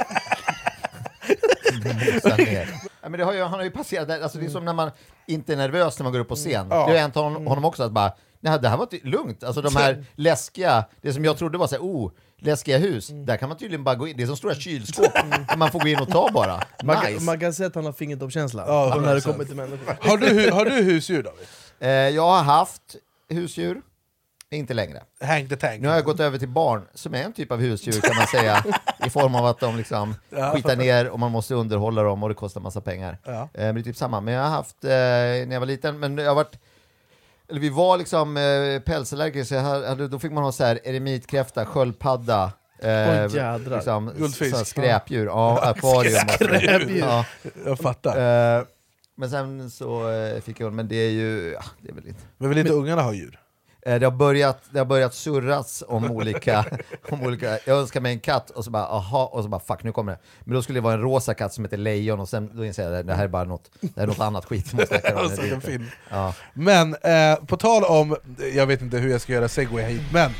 Men det han har ju passerat, alltså det är som när man inte är nervös när man går upp på scen. Det har hänt honom också att bara, nej, det här var lugnt. Alltså de här läskiga, det som jag trodde var så här, läskiga hus, där kan man tydligen bara gå in. Det är som stora kylskåp, man får gå in och ta bara. Man kan säga att han har fingertoppskänsla när det kommer till människor. Har du husdjur, David? Jag har haft husdjur, inte längre. Hank the Tank. Nu har jag gått över till barn, som är en typ av husdjur kan man säga, i form av att de liksom skitar ner och man måste underhålla dem och det kostar massa pengar. Men det är typ samma. Men jag har haft, när jag var liten, men jag har varit, eller vi var liksom pälsallergiker, så då fick man ha så här eremitkräfta, sköldpadda, liksom, guldfisk, skräpdjur, akvarium. Skräpdjur. Jag fattar. Men sen så fick jag, men det är ju, det är väl inte. Men vill inte ungarna ha djur? Det har börjat surras om olika, jag önskar mig en katt och så bara, och så bara, fuck, nu kommer det. Men då skulle det vara en rosa katt som heter Lejon, och sen då inser jag att det här är bara något annat skit som måste jag Men på tal om, jag vet inte hur jag ska göra segway hit, men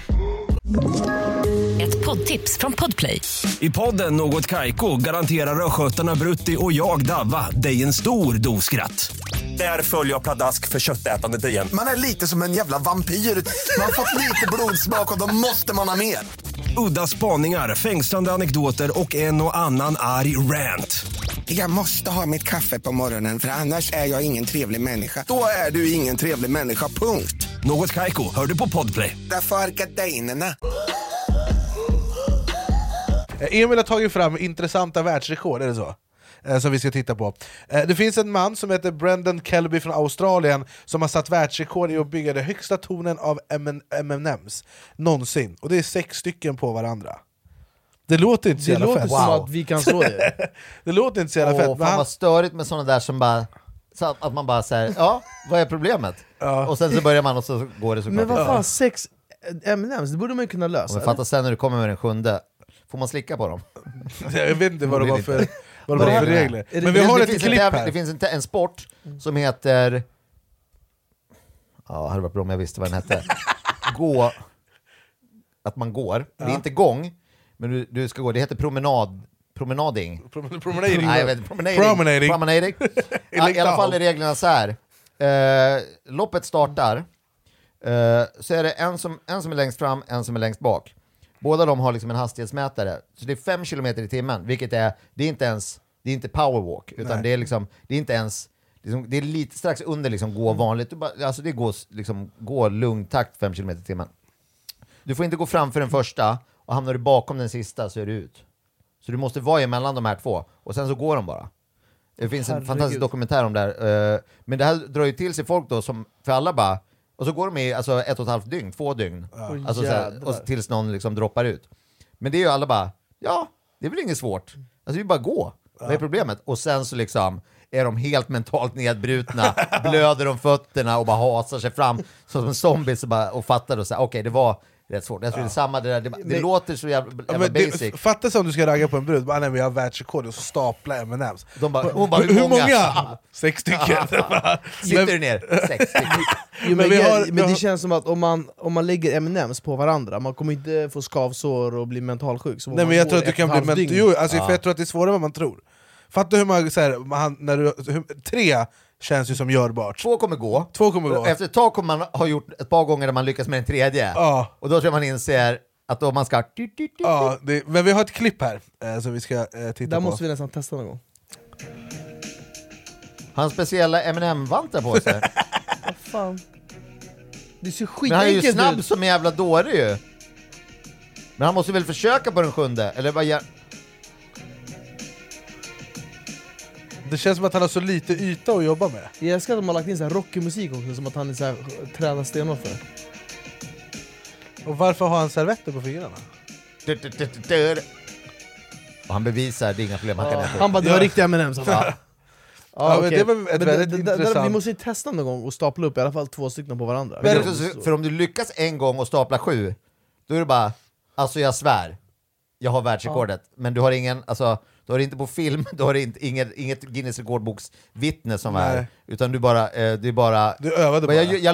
ett poddtips från Podplay. I podden Något Kaiko garanterar röskötarna Brutti och jag Davva dig en stor doskratt. Där följer jag pladask för köttätandet igen. Man är lite som en jävla vampyr. Man har fått lite blodsmak och då måste man ha mer. Udda spaningar, fängslande anekdoter och en och annan arg rant. Jag måste ha mitt kaffe på morgonen, för annars är jag ingen trevlig människa. Då är du ingen trevlig människa, punkt. Något Kaiko, hör du på Podplay. Därför är gardinerna. Emil har tagit fram intressanta världsrekord, är det så? som vi ska titta på. Det finns en man som heter Brendan Kelby från Australien som har satt världsrekord i att bygga den högsta tonen av M&M's någonsin. Och det är 6 stycken på varandra. Det låter inte så jävla fett. Det låter som att vi kan slå det. Det låter inte så jävla fett. Fan vad störigt med sådana där som bara... Så att man bara säger, ja, vad är problemet? Ja. Och sen så börjar man och så går det såklart. Men vad fan, 6 M&M's, det borde man ju kunna lösa. Men fatta sen när du kommer med den 7:e, får man slicka på dem? Jag vet inte vad det var för regler. Men vi har ett klipp här. Det finns en sport som heter... Ja, det hade varit bra om jag visste vad den hette. Gå... Att man går. Det är inte gång, men du ska gå. Det heter promenading. Promenading. Nej, jag vet inte. Promenading. I alla fall är reglerna så här. Loppet startar. Så är det en som är längst fram, en som är längst bak. Båda de har liksom en hastighetsmätare. Så det är 5 km i timmen, vilket det är inte powerwalk, utan det är liksom, det är inte ens liksom, det är lite strax under liksom gå vanligt. Alltså det går liksom gå lugn takt 5 km i timmen. Du får inte gå framför den första, och hamnar du bakom den sista så är du ut. Så du måste vara emellan de här två, och sen så går de bara. Det finns en fantastisk dokumentär om det här. Men det här drar ju till sig folk då, som för alla bara, och så går de i alltså 1,5 dygn, 2 dygn. Alltså, så här, och tills någon liksom droppar ut. Men det är ju alla bara, ja, det är väl inget svårt. Alltså vi bara gå. Vad är problemet? Och sen så liksom är de helt mentalt nedbrutna, blöder om fötterna och bara hasar sig fram som zombies och fattar och säger okej, det var rätt svårt. Jag tror det är samma det där. Det låter så jävla basic. Fatta som du ska ragga på en brud. Bara, nej, men jag har världsrekord och så stapla M&M's. De bara, hur många? 6 stycken. Sitter du ner? 6 stycken. Jo, men det känns som att om man lägger M&M's på varandra, man kommer inte få skavsår och bli mentalsjuk. Nej, men jag tror att du kan bli för jag tror att det är svårare än vad man tror. Fatta hur man säger 3 känns ju som görbart. 2 kommer gå. Efter ett tag kommer man ha gjort ett par gånger där man lyckas med den 3:e. Och då tror jag man inser att då man ska... Men vi har ett klipp här som vi ska titta på. Där måste vi nästan testa någon gång. Hans speciella M&M-vantar på sig. Vad fan? Det ser skitenkelt ut. Men han är ju snabb som en jävla dåre ju. Men han måste väl försöka på den 7:e. Eller bara... Det känns som att han har så lite yta att jobba med. Jag älskar att de har lagt in så här rockmusik också, som att han är så här tränar stenoffer. Och varför har han servetter på fingrarna? Och han bevisar det är inga problem. Han bara, du har riktiga M&M's. Men det var väldigt intressant. Vi måste ju testa någon gång och stapla upp i alla fall 2 stycken på varandra. För om du lyckas en gång och stapla 7, då är det bara, alltså jag svär, jag har världsrekordet. Men du har ingen, alltså du har inte på film, du har inget Guinness rekordboks vittne som är, utan du bara du övade bara. Jag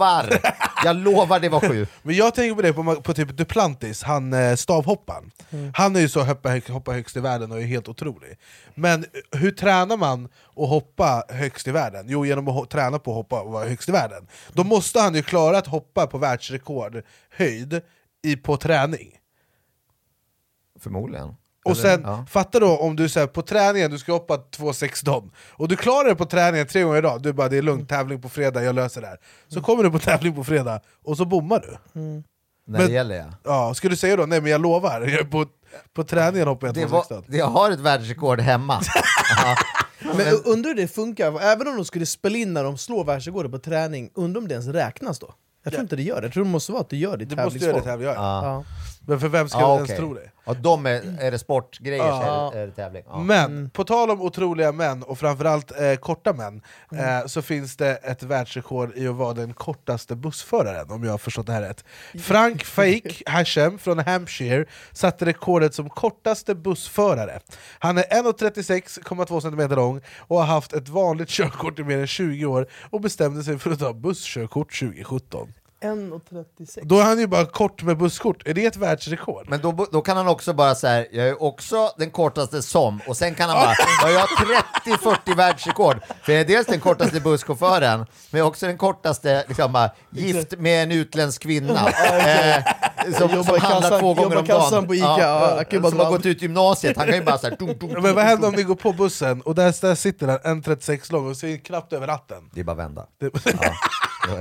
lovar det var 7. Men jag tänker på det på typ Duplantis, han stavhoppan. Han är ju så hoppa högst i världen och är helt otrolig. Men hur tränar man att hoppa högst i världen? Jo, genom att träna på att hoppa och vara högst i världen. Då måste han ju klara att hoppa på världsrekord höjd på träning. Förmodligen. Och sen, fatta då om du säger på träningen du ska hoppa 2,16 och du klarar det på träningen 3 gånger idag, du bara det är lugnt, tävling på fredag, jag löser det här. Så kommer du på tävling på fredag och så bommar du. När det gäller ja, ska du säga då, nej men jag lovar, jag är på träningen hoppar jag 2,16. Jag har ett världsrekord hemma. Men undrar hur det funkar, även om de skulle spela in när de slår världsrekordet på träning, undrar om det ens räknas då? Jag tror inte det gör det, jag tror det måste vara att det gör det i tävlingsform. Ja. Men för vem ska ens tro det? Ja, är det sportgrejer så är det tävling. Men på tal om otroliga män och framförallt korta män, så finns det ett världsrekord i att vara den kortaste bussföraren, om jag har förstått det här rätt. Frank Faik Hashem från Hampshire satte rekordet som kortaste bussförare. Han är 1,36,2 cm lång och har haft ett vanligt körkort i mer än 20 år och bestämde sig för att ta busskörkort 2017. 1,36. Då är han ju bara kort med busskort. Är det ett världsrekord? Men då kan han också bara säga, jag är också den kortaste som, och sen kan han bara, jag har 30-40 världsrekord. För jag är dels den kortaste busschauffören, men jag är också den kortaste liksom bara, gift med en utländsk kvinna. Som handlar 2 gånger om dagen. På Ica. Som har gått ut gymnasiet. Han kan ju bara såhär... Men vad händer om vi går på bussen och där sitter den 1,36 lång och ser knappt över ratten? Det är bara vända.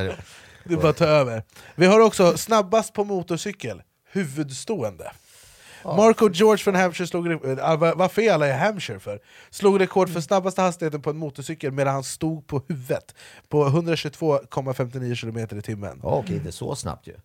Det är bara att ta över. Vi har också snabbast på motorcykel, huvudstående. Marco George från Hampshire slog varför är alla i Hampshire för? Slog rekord för snabbaste hastigheten på en motorcykel medan han stod på huvudet på 122,59 km i timmen. Okej, det är så snabbt ju.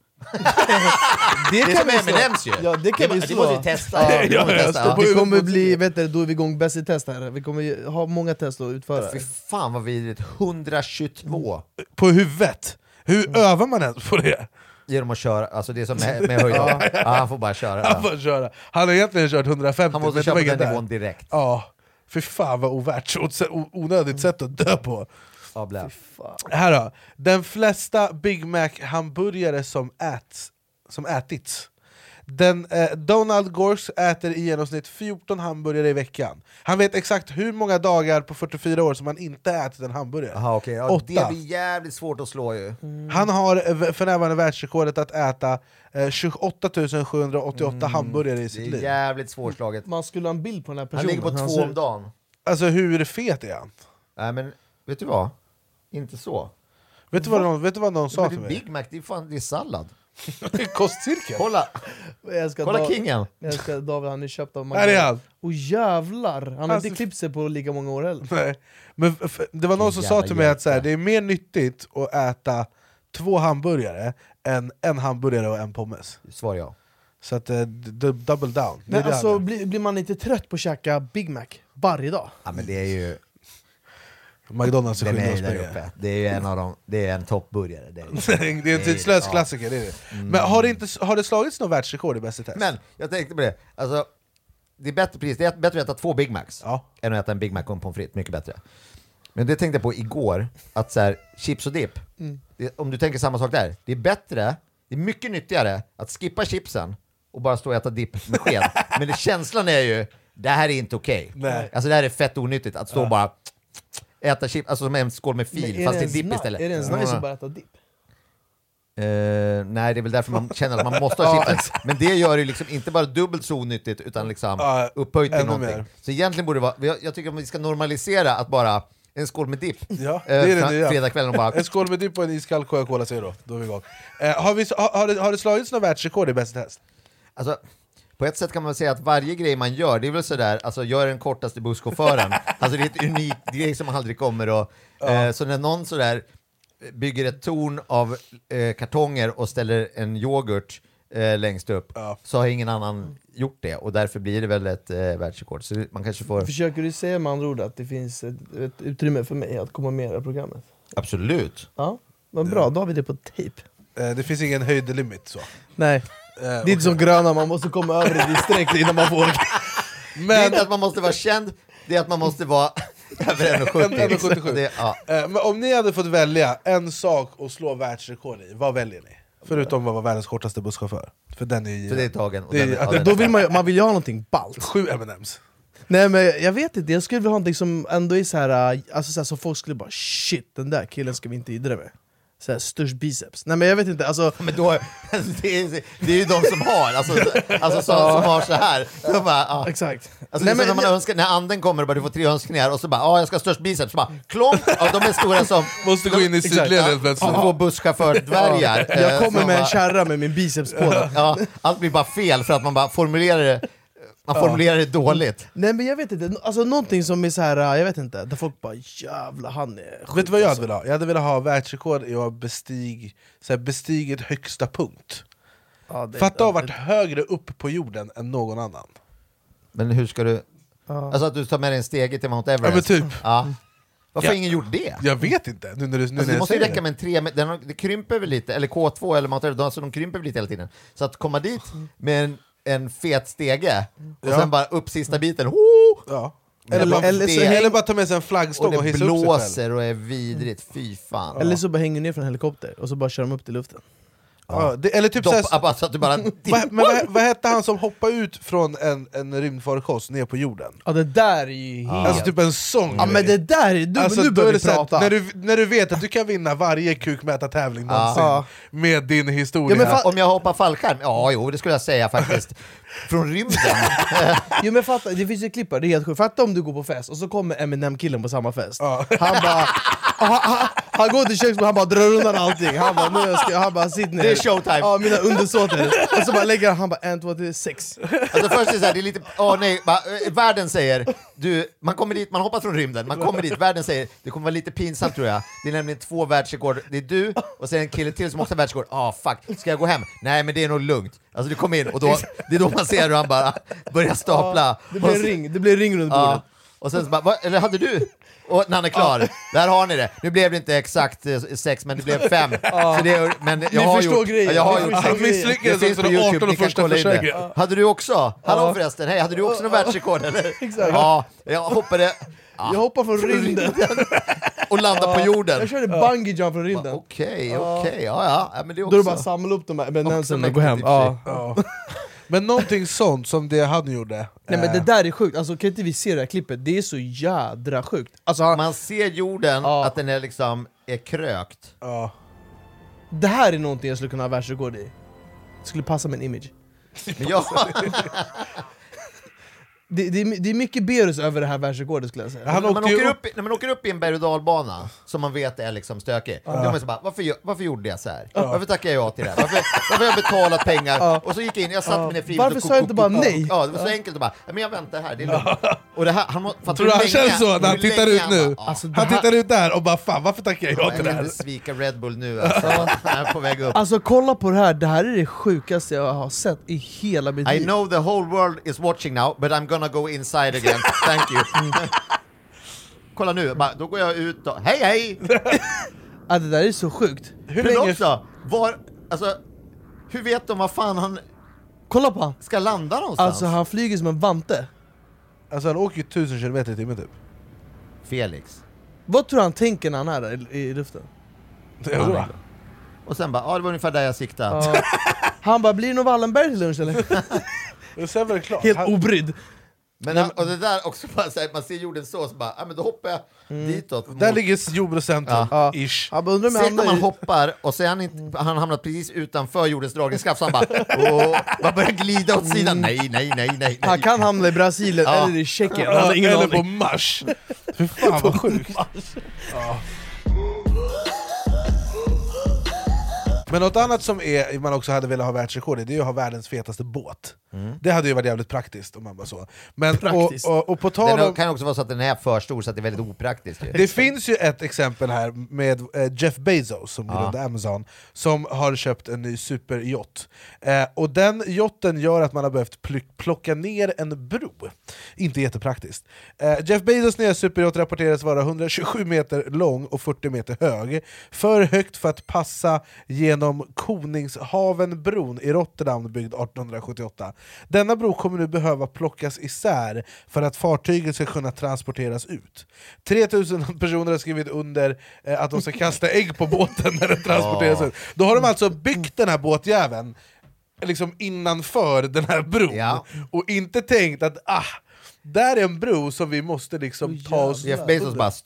Det är kan som vi M&M's ju. Ja, det kan vi det slå. måste vi testa. Det kommer bli, vet du, då är vi igång bäst i test här. Vi kommer ha många test att utföra. Fy fan vad vidrigt, 122 på huvudet. Hur övar man ens på det? Genom att köra, alltså det är som med höjdhopp. Han får bara köra. Han får köra. Han har egentligen kört 150. Han måste köra på den nivån direkt. Ja, för fan vad ovärt. Onödigt sätt att dö på. Här då. Den flesta Big Mac hamburgare som ätits. Donald Gorsk äter i genomsnitt 14 hamburgare i veckan. Han vet exakt hur många dagar på 44 år som han inte ätit en hamburgare. Aha, okay. Ja, det blir jävligt svårt att slå ju. Han har för närvarande världsrekordet att äta 28 788 hamburgare i sitt liv. Det är jävligt svårslaget. Man skulle ha en bild på den här personen. Han ligger på 2 om dagen. Alltså hur fet är han? Nej men, vet du vad? Inte så. Vet du vad någon sa till mig? Big Mac, det är sallad. Kostcirkel. Kolla kingen. Jag ska David, han är köpt av Här är han. Jävlar, han har inte klippt sig på lika många år heller. Nej. Men det var någon som sa till mig att så här, det är mer nyttigt att äta 2 hamburgare än en hamburgare och en pommes. Svar ja. Så att double down. Men alltså blir man inte trött på att käka Big Mac varje dag? Ja men det är ju McDonalds är där uppe. Det är ju en av dem. Det är en toppburgare. Det är en tidslös klassiker, det är det. Men har det slagits någon världsrekord i bästa test? Men jag tänkte på det. Alltså, det är bättre pris. Det är bättre att äta 2 Big Macs än att äta en Big Mac och en pommes frites. Mycket bättre. Men det tänkte jag på igår, att så här, chips och dip, om du tänker samma sak där, det är bättre, det är mycket nyttigare att skippa chipsen och bara stå och äta dip med sked. Men känslan är ju, det här är inte okej. Alltså det här är fett onyttigt att stå och bara äta chips, alltså som en skål med fil, fast det är dip istället. Är det ens nice att bara äta dip? Nej, det är väl därför man känner att man måste ha chips. Men det gör ju liksom inte bara dubbelt så onyttigt, utan liksom upphöjt till någonting. Mer. Så egentligen borde det vara, jag tycker att vi ska normalisera att bara en skål med dipp. Ja, det är det nya. Fredagskvällen och bara en skål med dipp och en iskall Coca-Cola Zero. Då är vi igång. Har det slagits några världsrekord i bästa test? Alltså, på ett sätt kan man säga att varje grej man gör, det är väl sådär, alltså gör den kortaste busschauffören. Alltså det är ett unikt grej som aldrig kommer och så när någon sådär bygger ett torn av kartonger och ställer en yoghurt längst upp, så har ingen annan gjort det, och därför blir det väl ett världsrekord. Så man kanske får... Försöker du säga med andra ord att det finns ett utrymme för mig att komma med i programmet? Absolut. Ja, vad bra, då har vi det på tejp. Det finns ingen höjdlimit så. Nej, det är inte som gröna, man måste komma över det direkt innan man får. Men... Det är inte att man måste vara känd, det är att man måste vara över 1,77. Men om ni hade fått välja en sak att slå världsrekord i, vad väljer ni? Förutom att vara världens kortaste busschaufför. För den är ju... För det är tagen. Då vill man vill ju ha någonting ballt. 7 M&M's. Nej men jag vet inte, jag skulle vilja ha någonting som ändå är så här, alltså så här, så folk skulle bara shit, den där killen ska vi inte idra med. Så här, störst biceps. Nej men jag vet inte, alltså... Men då, det är ju de som har, alltså som har så här. De bara, exakt. Alltså nej, men, när man önskar, när anden kommer och bara du får 3 önskningar och så bara, jag ska ha störst biceps, så bara, klonk, de är stora som... Måste gå in i sidleden plötsligt. 2 busschaufför-dvärgar. Jag kommer med en kärra med min biceps på den. Ja, allt blir bara fel för att man bara formulerar det. Man formulerar det dåligt. Nej men jag vet inte, alltså någonting som är så här, jag vet inte, där folk bara jävla han är sjuk. Vet du vad jag hade velat ha? Jag hade velat ha världsrekord i att bestigit högsta punkt. För att det har varit högre upp på jorden än någon annan. Men hur ska du... Alltså att du tar med dig en stege till Mount Everest? Ja men typ. Ja. Varför har ingen gjort det? Jag vet inte. Nu när alltså, det måste ju räcka med en 3, det krymper väl lite, eller K2 eller Mount Everest, alltså de krymper väl lite hela tiden. Så att komma dit med en fet stege och sen bara upp sista biten. Eller bara ta med sig en flaggstång och hissa upp sig själv. Och det blåser och är vidrigt, fy fan. Eller så bara hänger ner från en helikopter och så bara kör de upp till luften. Eller typ så att du bara... vad hette han som hoppade ut från en rymdfarkost ner på jorden? Ja det där är ju helt... Alltså typ en sång. Ja men det där är... Nu börjar vi prata. När du vet att du kan vinna varje kukmätartävling någonsin med din historia. Ja, men om jag hoppar fallskärm? Det skulle jag säga faktiskt. Från rymden. Jo men fatta, det finns ju klippar, det är helt sjukt. Fatta om du går på fest och så kommer Eminem-killen på samma fest. Han bara, Han går till köksbordet, han bara drar undan allting. Han bara, han bara sitt ner. Det är showtime. Ja, mina undersåter. Och så bara lägger han bara 1, 2, 3, 6. Alltså först är det så här, det är lite, världen säger, man kommer dit, man hoppar från rymden, man kommer dit, världen säger, det kommer vara lite pinsamt tror jag. Det är nämligen 2 världsrekord, det är du och sen en kille till som också har världsrekord. Fuck, ska jag gå hem? Nej men det är nog lugnt. Alltså du kommer in och då, det är då man ser hur han bara börjar stapla. Det blir en ring runt bordet. Och sen så bara, eller hade du? Och när han är klar, där har ni det. Nu blev det inte exakt 6, men det blev 5. Så det, men jag har gjort, grejen. Jag har gjort, Han misslyckades det finns också på de YouTube, 18 ni kan första kolla in det. försöken. Hade du också? Hallå förresten, hej, hade du också någon världsrekord eller? Exakt. Ja, jag hoppade. Jag hoppar från rymden. Och landade på jorden. Jag körde bungee jump från rymden. Okej, ja, men det är också. Då är det bara att samla upp de här benänserna och gå hem. Men någonting sånt som det han gjorde. Nej men det där är sjukt, alltså kan inte vi se det här klippet? Det är så jädra sjukt. Alltså, man ser jorden, att den är liksom krökt. Det här är någonting jag skulle kunna ha världsrekord i. Det skulle passa min image. Ja. Det är mycket berus över det här världsrekordet skulle jag säga. När man åker upp i en berg- och dalbana som man vet är liksom stökig, då är man så bara, varför gjorde jag så här? Varför tackar jag till det? Varför har jag betalat pengar? Och så gick jag in, jag satt mig ner frivilligt. Varför sa jag inte bara nej? Ja, det var så enkelt att bara, men jag väntar här, det är lugnt. Och det här, tror du han känner så när han tittar ut nu? Alltså, han tittar ut där och bara, fan varför tackar jag till det här? Jag vill svika Red Bull nu, alltså. Jag är på väg upp. Alltså kolla på det här är det sjukaste jag har sett i hela mitt liv. I know the whole world is watching now, but I'm gonna go inside again. Thank you. Kolla nu, då går jag ut och hej! Det där är så sjukt. Hur länge också? Hur vet de vad fan han kolla på han ska landa någonstans? Alltså han flyger som en vante. Alltså han åker ju 1000 kilometer i timmen typ. Felix. Vad tror han tänker när han är där i luften? Och sen bara, det var ungefär där jag siktade. Han bara, blir det nog Wallenberg till lunch eller? Det är väl klart. Helt obrydd. Men och det där också bara så här, man ser jorden så bara, men då hoppar jag ditåt. Där ligger jordcentrum, ish. Sen när man hoppar och sen han hamnat precis utanför jordens dragningskraft så han bara börjar glida åt sidan. Nej. Han kan hamna i Brasilien eller i Tjeckien. Eller på Mars. Fy fan vad sjukt. Men något annat som man också hade velat ha världsrekord i, det är att ha världens fetaste båt. Det hade ju varit jävligt praktiskt om man bara så. Men, och på tal om, det kan också vara så att den är för stor så att det är väldigt opraktiskt. Det finns ju ett exempel här med Jeff Bezos som grundade Amazon, som har köpt en ny superyacht. Och den yachten gör att man har behövt plocka ner en bro. Inte jättepraktiskt. Jeff Bezos nya superyacht rapporteras vara 127 meter lång och 40 meter hög. För högt för att passa genom Koningshavenbron i Rotterdam, byggd 1878. Denna bro kommer nu behöva plockas isär för att fartyget ska kunna transporteras ut. 3000 personer har skrivit under att de ska kasta ägg på båten när den transporteras ut. Då har de alltså byggt den här båtjäveln liksom innanför den här bron och inte tänkt att där är en bro som vi måste liksom ta oss. Jeff Bezos bara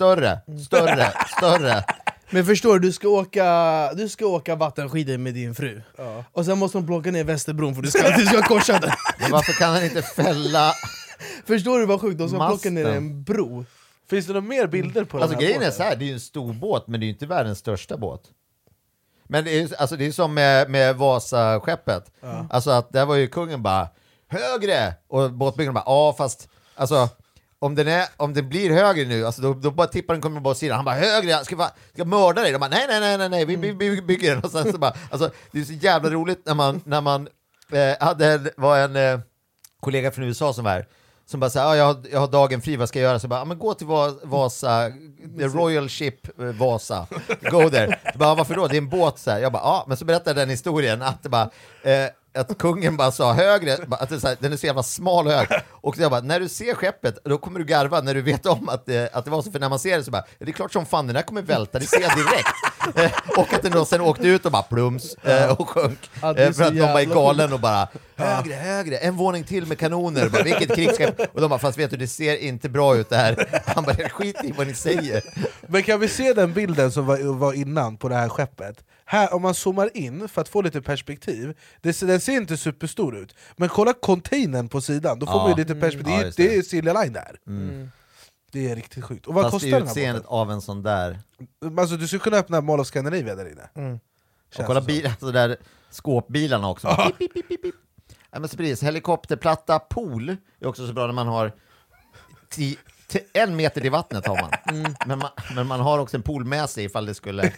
större. Men förstår du ska åka vattenskidor med din fru. Och sen måste de plocka ner Västerbron för du ska korsa den. Men varför kan han inte fälla? Förstår du vad sjukt? De ska plocka ner en bro. Finns det några mer bilder på den här grejen båten? är så här, det är ju en stor båt, men det är ju inte världens största båt. Men det är som med Vasa-skeppet. Alltså att där var ju kungen bara högre, och båtbyggaren bara fast alltså om den blir högre nu, alltså då bara tippar den kommer på sidan. Han bara högre, ska mörda dig. De bara nej, vi bygger den. Och sen så bara, alltså det är så jävla roligt när man var en kollega från USA som var som bara sa, jag har dagen fri, vad ska jag göra? Så bara, men gå till Vasa, the Royal Ship Vasa, go there. Så bara, varför då? Det är en båt så här. Jag bara, men så berättade den historien att det bara att kungen bara sa högre, att den är så jävla smal och hög. Och jag bara, när du ser skeppet, då kommer du garva när du vet om att det var så. För när man ser det så bara, det är klart som fan, den här kommer välta, det ser jag direkt. Och att den då sen åkte ut och bara plums och sjönk. För att de var galen och bara, högre, en våning till med kanoner. Bara, vilket krigsskepp. Och de bara, fast vet du, det ser inte bra ut det här. Han bara, skit i vad ni säger. Men kan vi se den bilden som var innan på det här skeppet? Här, om man zoomar in för att få lite perspektiv, den ser inte superstor ut. Men kolla containern på sidan, då får man ju lite perspektiv. Det är Silja Line där. Det är riktigt sjukt. Och vad fast kostar det den här utseendet båten? av en sån där. Alltså du skulle kunna öppna Mall of Scandinavia där inne. Och kolla alltså där skåpbilarna också. Pip, pip, pip, pip, pip. Ja, men precis, helikopterplatta, pool är också så bra när man har 1 meter till vattnet har man. Men man har också en pool med sig ifall det skulle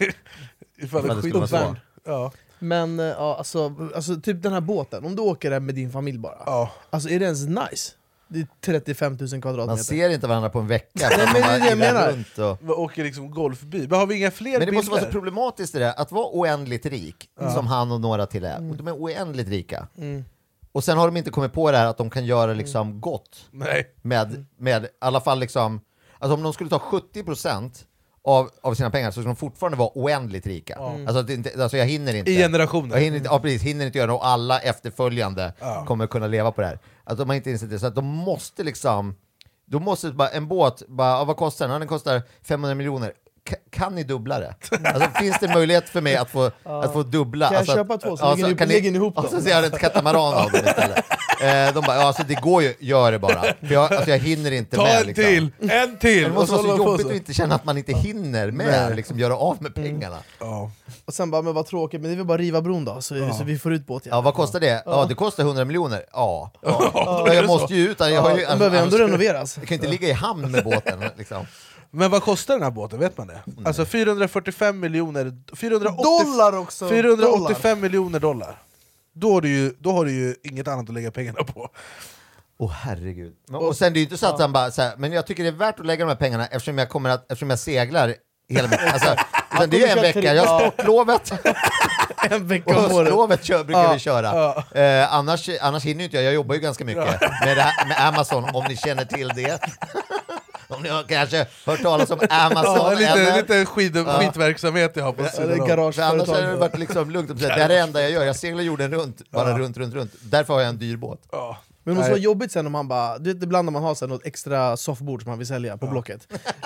vara så. Ja. Men alltså typ den här båten, om du åker där med din familj bara, alltså är det ens nice? Det är 35 000 kvadratmeter. Man ser inte varandra på en vecka. Nej, men det är det jag menar. Vi åker liksom golfbil. Men har vi inga fler bilder? Men det måste vara så problematiskt det att vara oändligt rik, som han och några till är. Och de är oändligt rika. Och sen har de inte kommit på det här att de kan göra liksom gott. Nej. Med i alla fall liksom, alltså om de skulle ta 70% av sina pengar så skulle de fortfarande vara oändligt rika. Alltså jag hinner inte. I generationer. Hinner inte göra det, och alla efterföljande kommer kunna leva på det här. Alltså de har inte insett det, så att de måste liksom, bara en båt, vad kostar den? Den kostar 500 miljoner. Kan ni dubbla det? Alltså, finns det möjlighet för mig att få dubbla? Kan jag alltså, köpa 2 så lägger ni ihop dem? Så ser jag ett katamaran av dem istället. De bara, alltså det går ju, gör det bara. För jag hinner inte ta med. En liksom. en till! Det måste vara så jobbigt att inte känna att man inte hinner med liksom, göra av med pengarna. Och sen bara, men vad tråkigt, men det vill bara riva bron då, så vi får ut båten. Ja, vad kostar det? Ja, det kostar 100 miljoner. Ja. Jag måste ju ut. Den behöver ändå renoveras. Jag kan inte ligga i hamn med båten liksom. Men vad kostar den här båten, vet man det? Alltså 445 miljoner dollar också! 485 miljoner dollar. Då har du ju inget annat att lägga pengarna på. Herregud. Och sen det är ju inte så att han bara så här, men jag tycker det är värt att lägga de här pengarna eftersom jag seglar hela mitt. Alltså, det är en vecka, jag har sportlovet. En vecka och sportlovet brukar vi köra. Annars hinner inte jag jobbar ju ganska mycket med Amazon, om ni känner till det. Om ni har kanske hört talas om Amazon. Lite skitverksamhet jag har på garage. Annars har det varit liksom lugnt. Det är det enda jag gör. Jag seglar jorden runt, bara runt. Därför har jag en dyr båt. Men det måste vara jobbigt sen om man bara, du vet ibland när man har sen något extra soffbord som man vill sälja på Blocket.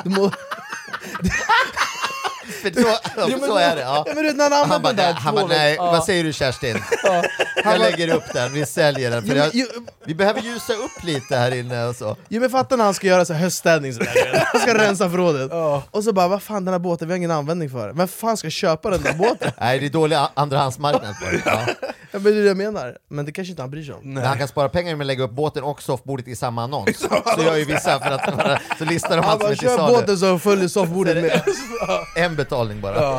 Så är det. Ja. Men när han bara, nej, vad säger du Kerstin? Jag lägger upp den, vi säljer den. För vi behöver ljusa upp lite här inne och så. Jo men fattar när han ska göra så höststädning så där. Han ska rensa förrådet. Och så bara, vad fan den här båten, vi har ingen användning för. Vem fan ska köpa den där båten? Nej, det är dålig andrahandsmarknad på det. Ja, men det är det jag menar. Men det kanske inte han bryr sig om. Men han kan spara pengar med att lägga upp båten och soffbordet i samma annons. Så gör ju vissa för att så listar de allt som är till salu. Båten så följer soffbordet med. En betalning bara.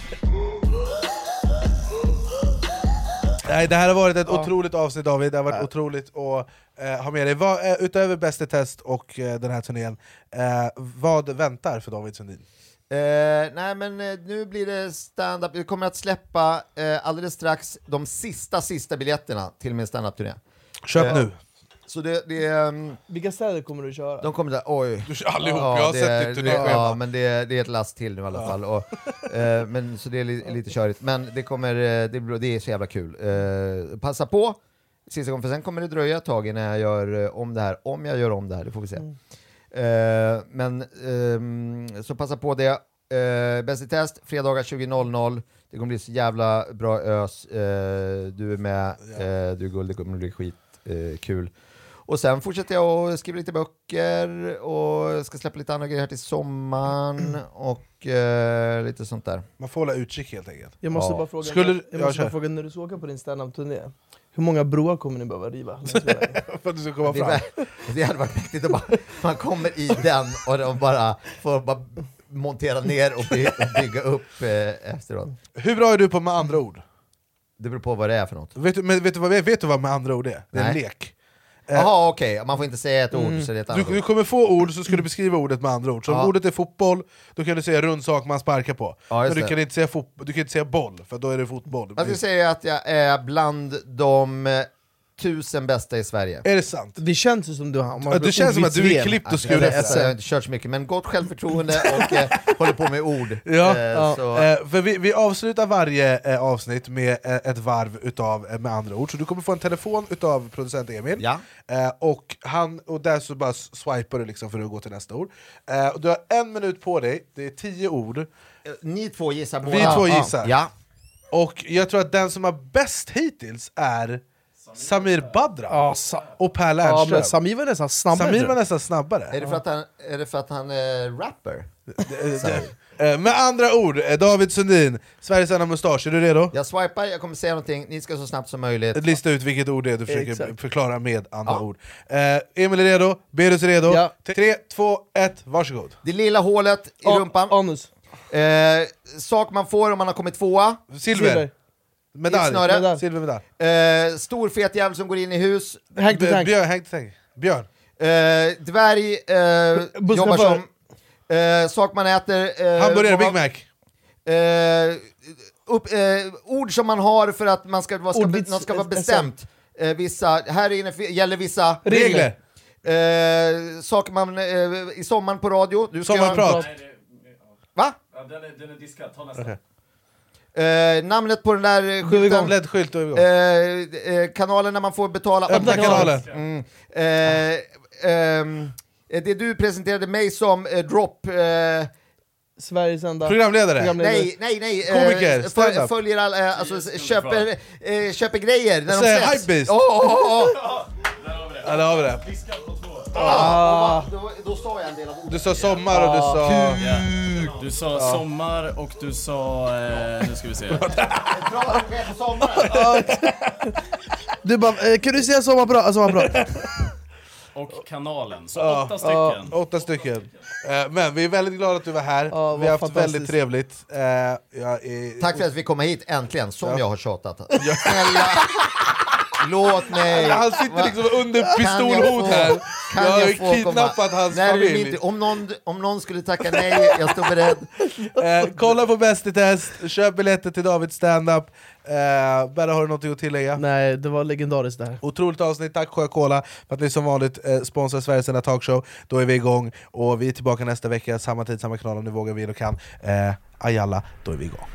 Nej, det här har varit ett otroligt avsnitt, David. Det har varit otroligt att ha med dig. Utöver Bäst i test och den här turnén, vad väntar för David Sundin? Nej men nu blir det stand-up. Vi kommer att släppa alldeles strax de sista biljetterna till min stand-up-turné. Köp nu. Så det vilka städer kommer du köra? De kommer där, oj. Du kör allihop, jag har sett ditt turnéschema. Ja, men det är ett last till nu i alla fall. Och, men, så det är lite körigt. Men det är så jävla kul. Passa på. Sista gången, för sen kommer det dröja ett tag innan jag gör om det här. Om jag gör om det här, det får vi se. Så passa på det. Bäst i test, fredagar 20.00. Det kommer bli så jävla bra ös. Du är med, du är guld, det kommer bli skit kul. Och sen fortsätter jag att skriva lite böcker och ska släppa lite andra grejer här till sommaren och lite sånt där. Man får hålla utkik helt enkelt. Jag måste bara fråga, när du ska åka på din stand-up-turné, hur många broar kommer ni behöva riva? För att du ska komma fram. Det hade varit mäktigt att man kommer i den och de bara får montera ner och bygga upp efteråt. Hur bra är du på med andra ord? Det beror på vad det är för något. Vet du vad med andra ord är? Det är en lek. Jaha, okej. Man får inte säga ett ord så det är ett annat du kommer få ord så ska du beskriva ordet med andra ord. Så om ordet är fotboll, då kan du säga rund sak man sparkar på. Men du kan inte säga boll, för då är det fotboll. Jag skulle säga att jag är bland de 1000 bästa i Sverige. Är det sant? Det känns ju som du har. Det känns som att du är klippt och skuren. Jag har inte kört så mycket, men gott självförtroende och håller på med ord. För vi avslutar varje avsnitt med ett varv utav med andra ord. Så du kommer få en telefon utav producent Emil. Och där så bara swipar du liksom för att gå till nästa ord. Du har 1 minut på dig. Det är 10 ord. Ni två gissar båda. Vi två gissar. Ja. Och jag tror att den som har bäst hittills är Samir Badran Ja, och Per ja, Lernström. men Samir var nästan snabbare. Samir var nästan snabbare. Är det för att han är rapper? Med andra ord, David Sundin, Sveriges enda mustasch, är du redo? Jag swipar, jag kommer säga någonting, ni ska så snabbt som möjligt Lista ut vilket ord det är du försöker förklara med andra Ja. ord. Emil är redo, Berus är redo. Ja. 3, 2, 1, varsågod. Det lilla hålet i rumpan. Anus. Sak man får om man har kommit tvåa. Silver. Medalj. Snöre. Silvermedalj. Stor fet jävel som går in i hus. Björn. Dvärg. Jobbar som. Sak man äter. Hamburgare, Big Mac. Ord som man har för att man ska något ska vara bestämt. Vissa, här inne gäller vissa regler. Saker man i sommaren på radio. Du ska Sommarprat. Va? Ja, den är diskad, ta nästa. Namnet på den där skylten. LED-skylt. Kanalen när man får betala. Öppna kanalen. Det du presenterade mig som drop. Sveriges enda Programledare. Nej. Komiker. Följer alla, alltså köper grejer när de släpps. Hypebeast. Ja, där har vi det. Då sa jag en del av orden. Du sa sommar och du sa... Du sa sommar och du sa... nu ska vi se. Bra chef på sommaren. Du bara, kan du säga sommarprat? Och kanalen, så 8 stycken. 8 stycken. Men vi är väldigt glada att du var här. Vi har haft väldigt trevligt. Tack för att vi kom hit äntligen, som jag har tjatat. Snälla, låt mig. Han sitter liksom under pistolhot här. Jag har kidnappat hans familj. Om någon skulle tacka nej, jag står beredd. Kolla på Bäst i test. Köp biljetter till Davids stand-up. Berra, har du någonting att tillägga? Nej, det var legendariskt det här. Otroligt avsnitt, tack Coca-Cola för att ni som vanligt sponsrar Sveriges enda talkshow. Då är vi igång och vi är tillbaka nästa vecka, samma tid, samma kanal om ni vågar, vill och kan. Ajalla, då är vi igång.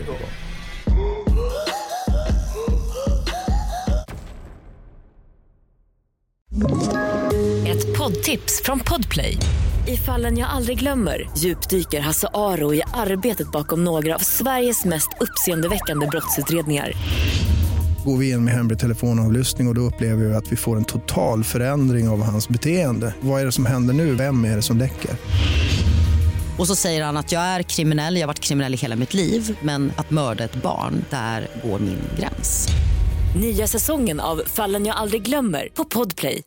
Ett poddtips från Podplay. I Fallen jag aldrig glömmer djupdyker Hasse Aro i arbetet bakom några av Sveriges mest uppseendeväckande brottsutredningar. Går vi in med hemlig telefonavlyssning och då upplever vi att vi får en total förändring av hans beteende. Vad är det som händer nu? Vem är det som läcker? Och så säger han att jag är kriminell, jag har varit kriminell i hela mitt liv. Men att mörda ett barn, där går min gräns. Nya säsongen av Fallen jag aldrig glömmer på Podplay.